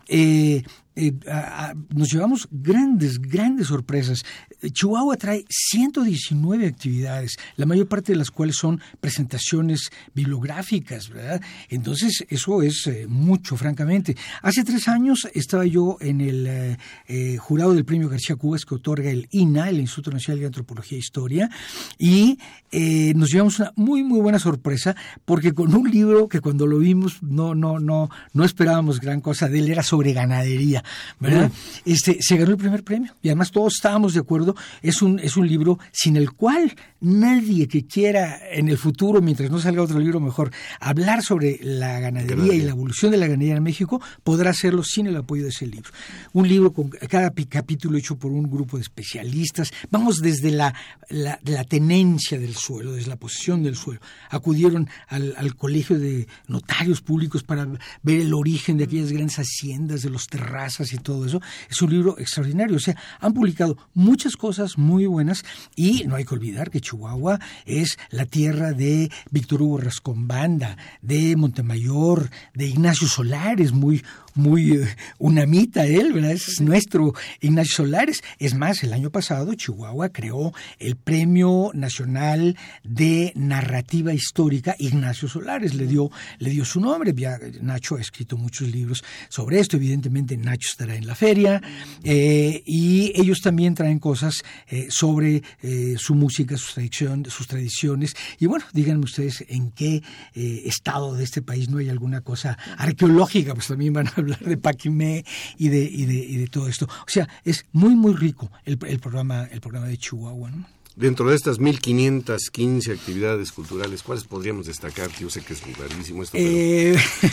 Eh, Eh, a, a, nos llevamos grandes, grandes sorpresas. Chihuahua trae ciento diecinueve actividades, la mayor parte de las cuales son presentaciones bibliográficas, ¿verdad? Entonces, eso es eh, mucho, francamente. Hace tres años estaba yo en el eh, eh, jurado del Premio García Cubas que otorga el I N A, el Instituto Nacional de Antropología e Historia, y eh, nos llevamos una muy, muy buena sorpresa, porque con un libro que cuando lo vimos no, no, no, no esperábamos gran cosa de él, era sobre ganadería, ¿verdad? Mm. Este, se ganó el primer premio y además todos estábamos de acuerdo, es un, es un libro sin el cual nadie que quiera en el futuro, mientras no salga otro libro mejor, hablar sobre la ganadería, ganadería. y la evolución de la ganadería en México, podrá hacerlo sin el apoyo de ese libro. Un libro con cada capítulo hecho por un grupo de especialistas, vamos desde la, la, la tenencia del suelo, desde la posesión del suelo. Acudieron al, al colegio de notarios públicos para ver el origen de aquellas grandes haciendas, de los terrazas, casas y todo eso. Es un libro extraordinario. O sea, han publicado muchas cosas muy buenas y no hay que olvidar que Chihuahua es la tierra de Víctor Hugo Rascombanda, de Montemayor, de Ignacio Solares, muy muy uh, unamita él, ¿verdad? Es nuestro Ignacio Solares. Es más, el año pasado Chihuahua creó el Premio Nacional de Narrativa Histórica Ignacio Solares, le dio, le dio su nombre. Ya Nacho ha escrito muchos libros sobre esto, evidentemente Nacho estará en la feria, eh, y ellos también traen cosas eh, sobre eh, su música, sus tradiciones, sus tradiciones, y bueno, díganme ustedes en qué eh, estado de este país no hay alguna cosa arqueológica, pues también van a hablar de Paquimé y de, y de, y de todo esto. O sea, es muy, muy rico el, el programa el programa de Chihuahua, ¿no? Dentro de estas mil quinientas quince actividades culturales, ¿cuáles podríamos destacar? Yo sé que es rarísimo esto, pero... Eh,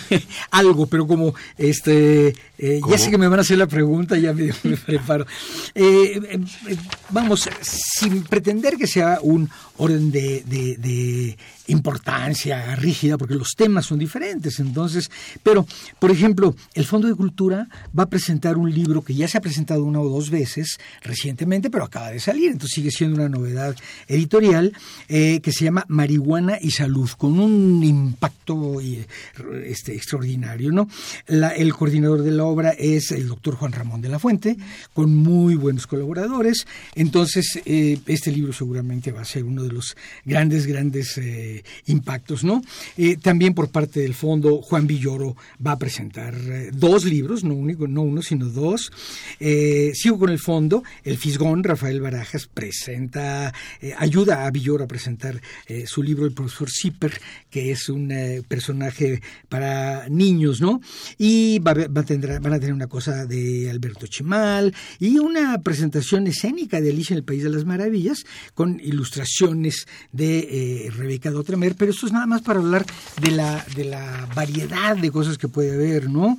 algo, pero como este eh, ya sé que me van a hacer la pregunta, ya me, me preparo. Eh, eh, vamos, sin pretender que sea un orden de, de, de importancia rígida, porque los temas son diferentes, entonces, pero, por ejemplo, el Fondo de Cultura va a presentar un libro que ya se ha presentado una o dos veces recientemente, pero acaba de salir, entonces sigue siendo una novedad editorial, eh, que se llama Marihuana y Salud, con un impacto este, extraordinario, ¿no? La, el coordinador de la obra es el doctor Juan Ramón de la Fuente, con muy buenos colaboradores, entonces eh, este libro seguramente va a ser uno de los grandes, grandes eh, impactos, ¿no? Eh, también por parte del fondo, Juan Villoro va a presentar eh, dos libros, no único, no uno, sino dos. Eh, sigo con el fondo, el Fisgón, Rafael Barajas, presenta, eh, ayuda a Villoro a presentar eh, su libro El profesor Zipper, que es un eh, personaje para niños, ¿no? Y va, va a tener, van a tener una cosa de Alberto Chimal y una presentación escénica de Alicia en el País de las Maravillas, con ilustraciones de eh, Rebeca Dotramer, pero esto es nada más para hablar de la, de la variedad de cosas que puede haber, ¿no?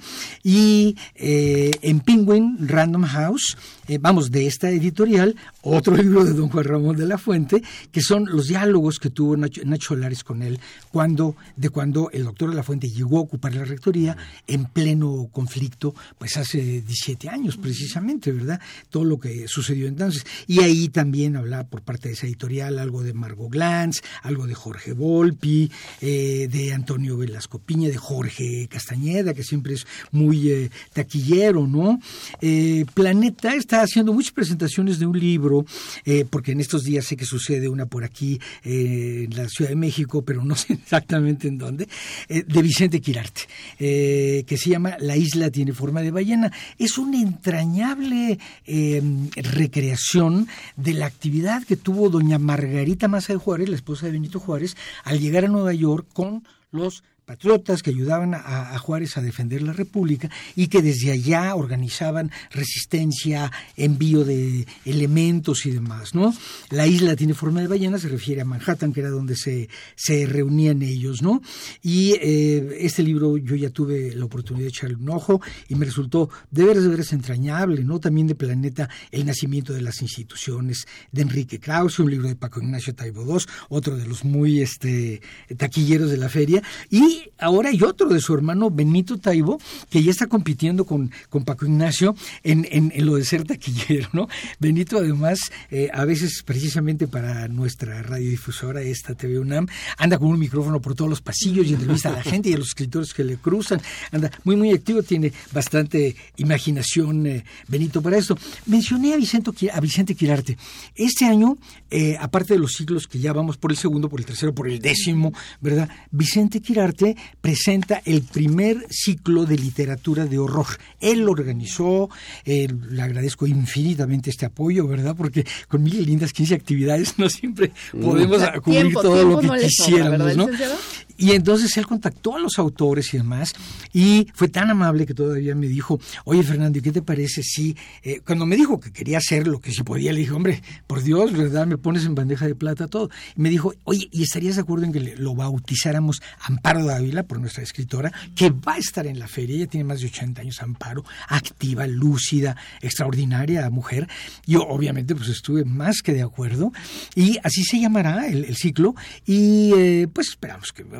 Y eh, en Penguin Random House, eh, vamos, de esta editorial, otro libro de don Juan Ramón de la Fuente, que son los diálogos que tuvo Nacho, Nacho Solares con él cuando, de cuando el doctor de la Fuente llegó a ocupar la rectoría en pleno conflicto, pues hace diecisiete años precisamente, ¿verdad? Todo lo que sucedió entonces. Y ahí también hablaba por parte de esa editorial algo de Margot Glantz, algo de Jorge Volpi, eh, de Antonio Velasco Piña, de Jorge Castañeda, que siempre es muy eh, taquillero, ¿no? Eh, Planeta está haciendo muchas presentaciones de un libro, eh, porque en estos días sé que sucede una por aquí eh, en la Ciudad de México, pero no sé exactamente en dónde, eh, de Vicente Quirarte, eh, que se llama La isla tiene forma de ballena. Es una entrañable eh, recreación de la actividad que tuvo doña Margarita Maza de Juárez, la esposa de Benito Juárez, al llegar a Nueva York con los patriotas que ayudaban a, a Juárez a defender la República y que desde allá organizaban resistencia, envío de elementos y demás, ¿no? La isla tiene forma de ballena, se refiere a Manhattan, que era donde se, se reunían ellos, ¿no? Y eh, este libro yo ya tuve la oportunidad de echarle un ojo y me resultó de veras, de veras entrañable, ¿no? También de Planeta, El nacimiento de las instituciones, de Enrique Krause, un libro de Paco Ignacio Taibo segundo, otro de los muy este, taquilleros de la feria, y ahora hay otro de su hermano Benito Taibo, que ya está compitiendo con, con Paco Ignacio en, en, en lo de ser taquillero, ¿no? Benito, además, eh, a veces precisamente para nuestra radiodifusora, esta T V UNAM, anda con un micrófono por todos los pasillos y entrevista a la gente y a los escritores que le cruzan. Anda muy, muy activo, tiene bastante imaginación, eh, Benito, para esto. Mencioné a Vicente, a Vicente Quirarte. Este año, eh, aparte de los ciclos que ya vamos por el segundo, por el tercero, por el décimo, ¿verdad? Vicente Quirarte presenta el primer ciclo de literatura de horror. Él lo organizó, eh, le agradezco infinitamente este apoyo, ¿verdad? Porque con mil lindas quince actividades no siempre podemos mm. cubrir tiempo, todo tiempo lo que no quisiéramos, sobra, ¿no? Y entonces él contactó a los autores y demás, y fue tan amable que todavía me dijo, oye, Fernando, ¿y qué te parece si, eh, cuando me dijo que quería hacerlo, que si podía, le dije, hombre, por Dios, ¿verdad? Me pones en bandeja de plata todo. Y me dijo, oye, ¿y estarías de acuerdo en que lo bautizáramos Amparo Dávila, por nuestra escritora, que va a estar en la feria? Ella tiene más de ochenta años, Amparo, activa, lúcida, extraordinaria mujer. Yo, obviamente, pues estuve más que de acuerdo, y así se llamará el, el ciclo, y eh, pues esperamos que va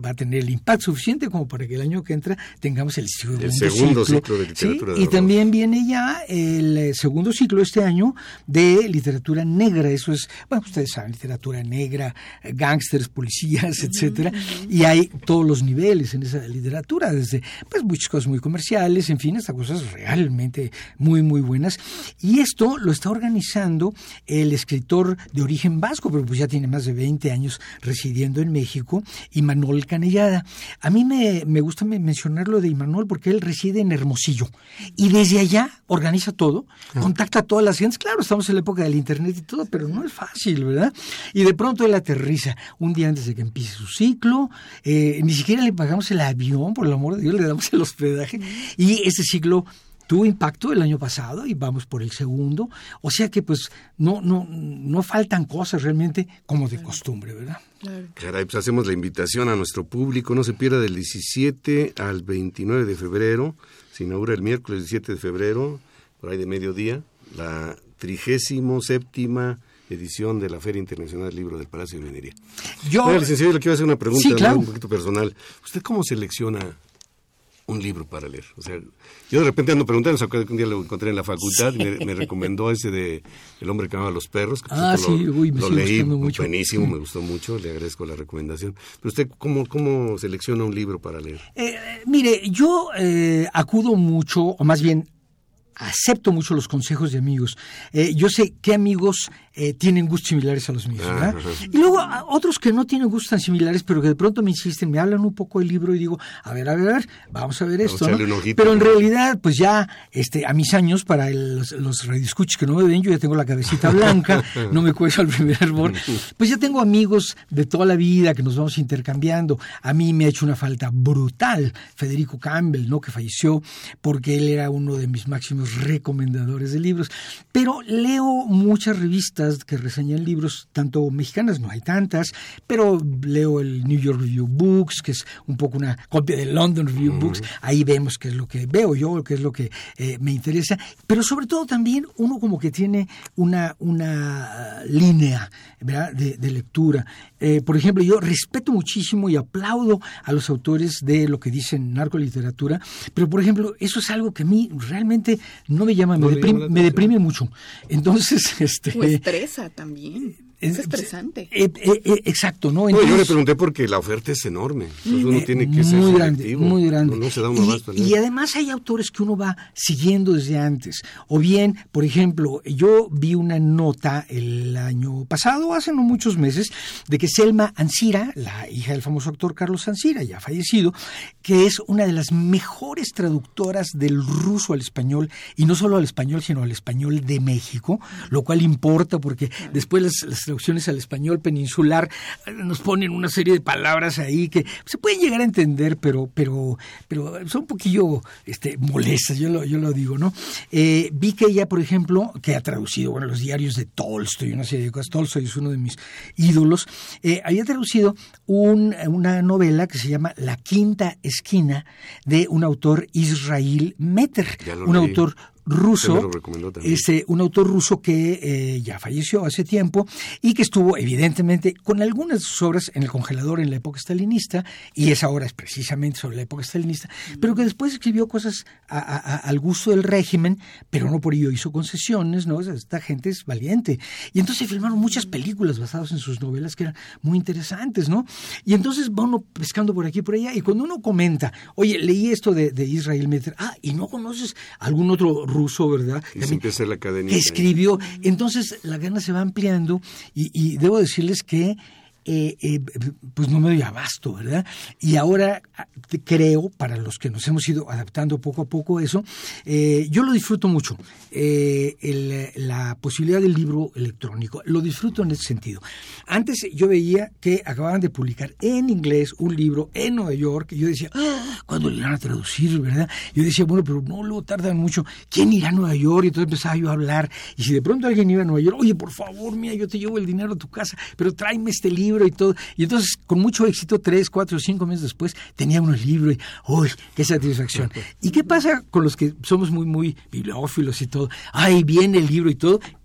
va a tener el impacto suficiente como para que el año que entra tengamos el segundo, el segundo ciclo, ciclo de literatura. ¿sí? de Y también viene ya el segundo ciclo este año de literatura negra. Eso es, bueno, ustedes saben, literatura negra, gángsters, policías, etcétera. Uh-huh. Y hay todos los niveles en esa literatura, desde pues muchas cosas muy comerciales, en fin, hasta cosas realmente muy, muy buenas. Y esto lo está organizando el escritor de origen vasco, pero pues ya tiene más de veinte años residiendo en México, Imanol Canellada. A mí me, me gusta mencionar lo de Imanol porque él reside en Hermosillo y desde allá organiza todo, contacta a todas las gentes. Claro, estamos en la época del internet y todo, pero no es fácil, ¿verdad? Y de pronto él aterriza un día antes de que empiece su ciclo, eh, ni siquiera le pagamos el avión, por el amor de Dios, le damos el hospedaje, y ese ciclo tuvo impacto el año pasado y vamos por el segundo, o sea que pues no no no faltan cosas realmente como de costumbre, ¿verdad? Claro. Caray, pues hacemos la invitación a nuestro público, no se pierda del diecisiete al veintinueve de febrero, se inaugura el miércoles diecisiete de febrero, por ahí de mediodía, la trigésimo séptima edición de la Feria Internacional del Libro del Palacio de Minería. Yo, bueno, licenciado, le quiero hacer una pregunta, sí, claro, un poquito personal. ¿Usted cómo selecciona un libro para leer? O sea, yo de repente ando preguntando, ¿se que un día lo encontré en la facultad y me, me recomendó ese de El hombre que amaba a los perros? Que ah, sí, lo, uy, me lo leí, mucho. buenísimo, sí. Me gustó mucho, le agradezco la recomendación. Pero usted, ¿cómo, cómo selecciona un libro para leer? Eh, mire, yo eh, acudo mucho, o más bien acepto mucho los consejos de amigos. Eh, yo sé qué amigos eh, tienen gustos similares a los míos, ¿verdad? Ajá. Y luego a otros que no tienen gustos tan similares, pero que de pronto me insisten, me hablan un poco del libro y digo, a ver, a ver, a ver, vamos a ver vamos esto, ¿no? Ojito, pero en ¿no? realidad, pues ya este, a mis años, para el, los, los radioescuchas que no me ven, yo ya tengo la cabecita blanca, no me cuesta el primer hervor, pues ya tengo amigos de toda la vida que nos vamos intercambiando. A mí me ha hecho una falta brutal Federico Campbell, ¿no? Que falleció porque él era uno de mis máximos recomendadores de libros, pero leo muchas revistas que reseñan libros, tanto mexicanas, no hay tantas, pero leo el New York Review Books, que es un poco una copia del London Review uh-huh. Books, ahí vemos qué es lo que veo yo, qué es lo que eh, me interesa, pero sobre todo también uno como que tiene una, una línea, ¿verdad? De, de lectura. Eh, por ejemplo, yo respeto muchísimo y aplaudo a los autores de lo que dicen narcoliteratura, pero por ejemplo, eso es algo que a mí realmente no me llama, me, deprime, me deprime mucho. Entonces, este... O estresa también. Es estresante. Eh, eh, eh, exacto, ¿no? Entonces, no, yo le pregunté porque la oferta es enorme. Entonces uno eh, tiene que ser muy grande, selectivo. muy grande. No, no se da uno y, más para y además hay autores que uno va siguiendo desde antes. O bien, por ejemplo, yo vi una nota el año pasado, hace no muchos meses, de que Selma Ancira, la hija del famoso actor Carlos Ancira, ya fallecido, que es una de las mejores traductoras del ruso al español, y no solo al español, sino al español de México, lo cual importa porque después las, las traducciones al español peninsular nos ponen una serie de palabras ahí que se pueden llegar a entender, pero pero pero son un poquillo este, molestas, yo lo, yo lo digo, ¿no? Eh, vi que ella, por ejemplo, que ha traducido, bueno, los diarios de Tolstoy, una serie de cosas, Tolstoy es uno de mis ídolos, eh, había traducido un, una novela que se llama La Quinta Esquina, de un autor, Israel Meter, un leí. autor ruso, este, un autor ruso que eh, ya falleció hace tiempo y que estuvo evidentemente con algunas de sus obras en el congelador en la época stalinista, y esa obra es precisamente sobre la época stalinista, pero que después escribió cosas a, a, a, al gusto del régimen, pero no por ello hizo concesiones, ¿no? Esta gente es valiente. Y entonces se filmaron muchas películas basadas en sus novelas que eran muy interesantes, ¿no? Y entonces va uno pescando por aquí y por allá, y cuando uno comenta, oye, leí esto de, de Israel Meter, ah, ¿y no conoces algún otro ruso, verdad? Y se empieza la cadena. Que escribió. Entonces la gana se va ampliando y, y debo decirles que Eh, eh, pues no me doy abasto, ¿verdad? Y ahora creo, para los que nos hemos ido adaptando poco a poco a eso, eh, yo lo disfruto mucho, eh, el, la posibilidad del libro electrónico, lo disfruto en ese sentido. Antes yo veía que acababan de publicar en inglés un libro en Nueva York, y yo decía, ah, ¿cuándo le irán a traducir, verdad? Yo decía, bueno, pero no lo tardan mucho, ¿quién irá a Nueva York? Y entonces empezaba yo a hablar, y si de pronto alguien iba a Nueva York, oye, por favor, mira, yo te llevo el dinero a tu casa, pero tráeme este libro y todo, y entonces con mucho éxito, tres, cuatro, cinco meses después tenía unos libros y ¡uy, qué satisfacción! ¿Y qué pasa con los que somos muy, muy bibliófilos y todo? ¡Ay, viene el libro y todo!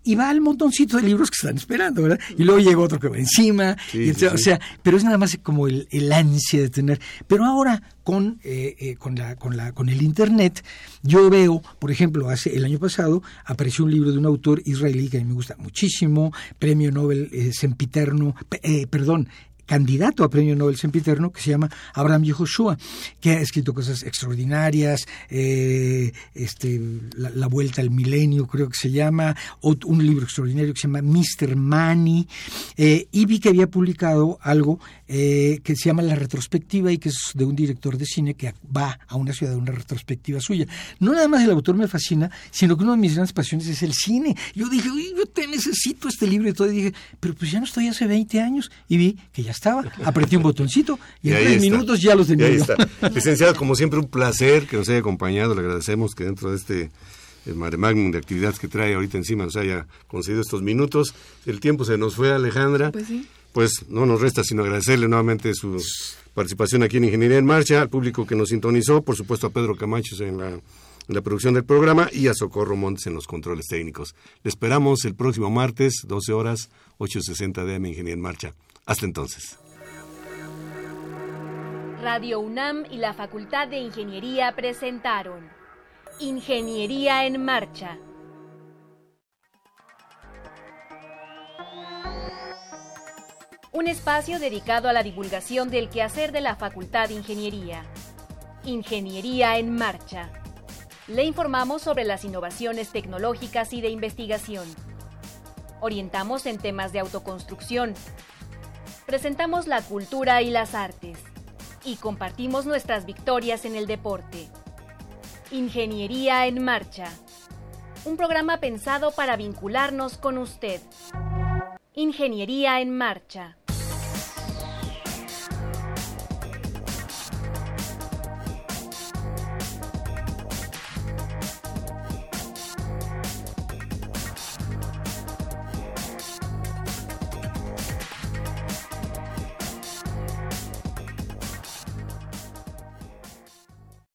y va al montoncito de libros que están esperando, ¿verdad? Y luego llega otro que va encima, Sí, y entonces, sí, sí. o sea, pero es nada más como el, el ansia de tener. Pero ahora con eh, eh, con la con la con el internet, yo veo, por ejemplo, hace el año pasado apareció un libro de un autor israelí que a mí me gusta muchísimo, premio Nobel eh, sempiterno, eh, perdón, candidato a premio Nobel sempiterno, que se llama Abraham Yehoshua, que ha escrito cosas extraordinarias, eh, este, la, la Vuelta al Milenio, creo que se llama, o, un libro extraordinario que se llama mister Money, eh, y vi que había publicado algo eh, que se llama La Retrospectiva, y que es de un director de cine que va a una ciudad de una retrospectiva suya. No nada más el autor me fascina, sino que una de mis grandes pasiones es el cine. Yo dije, uy, yo te necesito este libro y todo, y dije, pero pues ya no estoy hace veinte años, y vi que ya estaba, apreté un botoncito y, y en tres está. minutos ya los tenía. Y ahí está. Licenciado, como siempre, un placer que nos haya acompañado. Le agradecemos que dentro de este el mare magnum de actividades que trae ahorita encima nos haya concedido estos minutos. El tiempo se nos fue, Alejandra. Pues sí. Pues no nos resta sino agradecerle nuevamente su participación aquí en Ingeniería en Marcha, al público que nos sintonizó, por supuesto a Pedro Camachos en la, en la producción del programa y a Socorro Montes en los controles técnicos. Le esperamos el próximo martes, doce horas, ocho sesenta D M Ingeniería en Marcha. Hasta entonces. Radio UNAM y la Facultad de Ingeniería presentaron Ingeniería en Marcha. Un espacio dedicado a la divulgación del quehacer de la Facultad de Ingeniería. Ingeniería en Marcha. Le informamos sobre las innovaciones tecnológicas y de investigación. Orientamos en temas de autoconstrucción. Presentamos la cultura y las artes. Y compartimos nuestras victorias en el deporte. Ingeniería en Marcha. Un programa pensado para vincularnos con usted. Ingeniería en Marcha.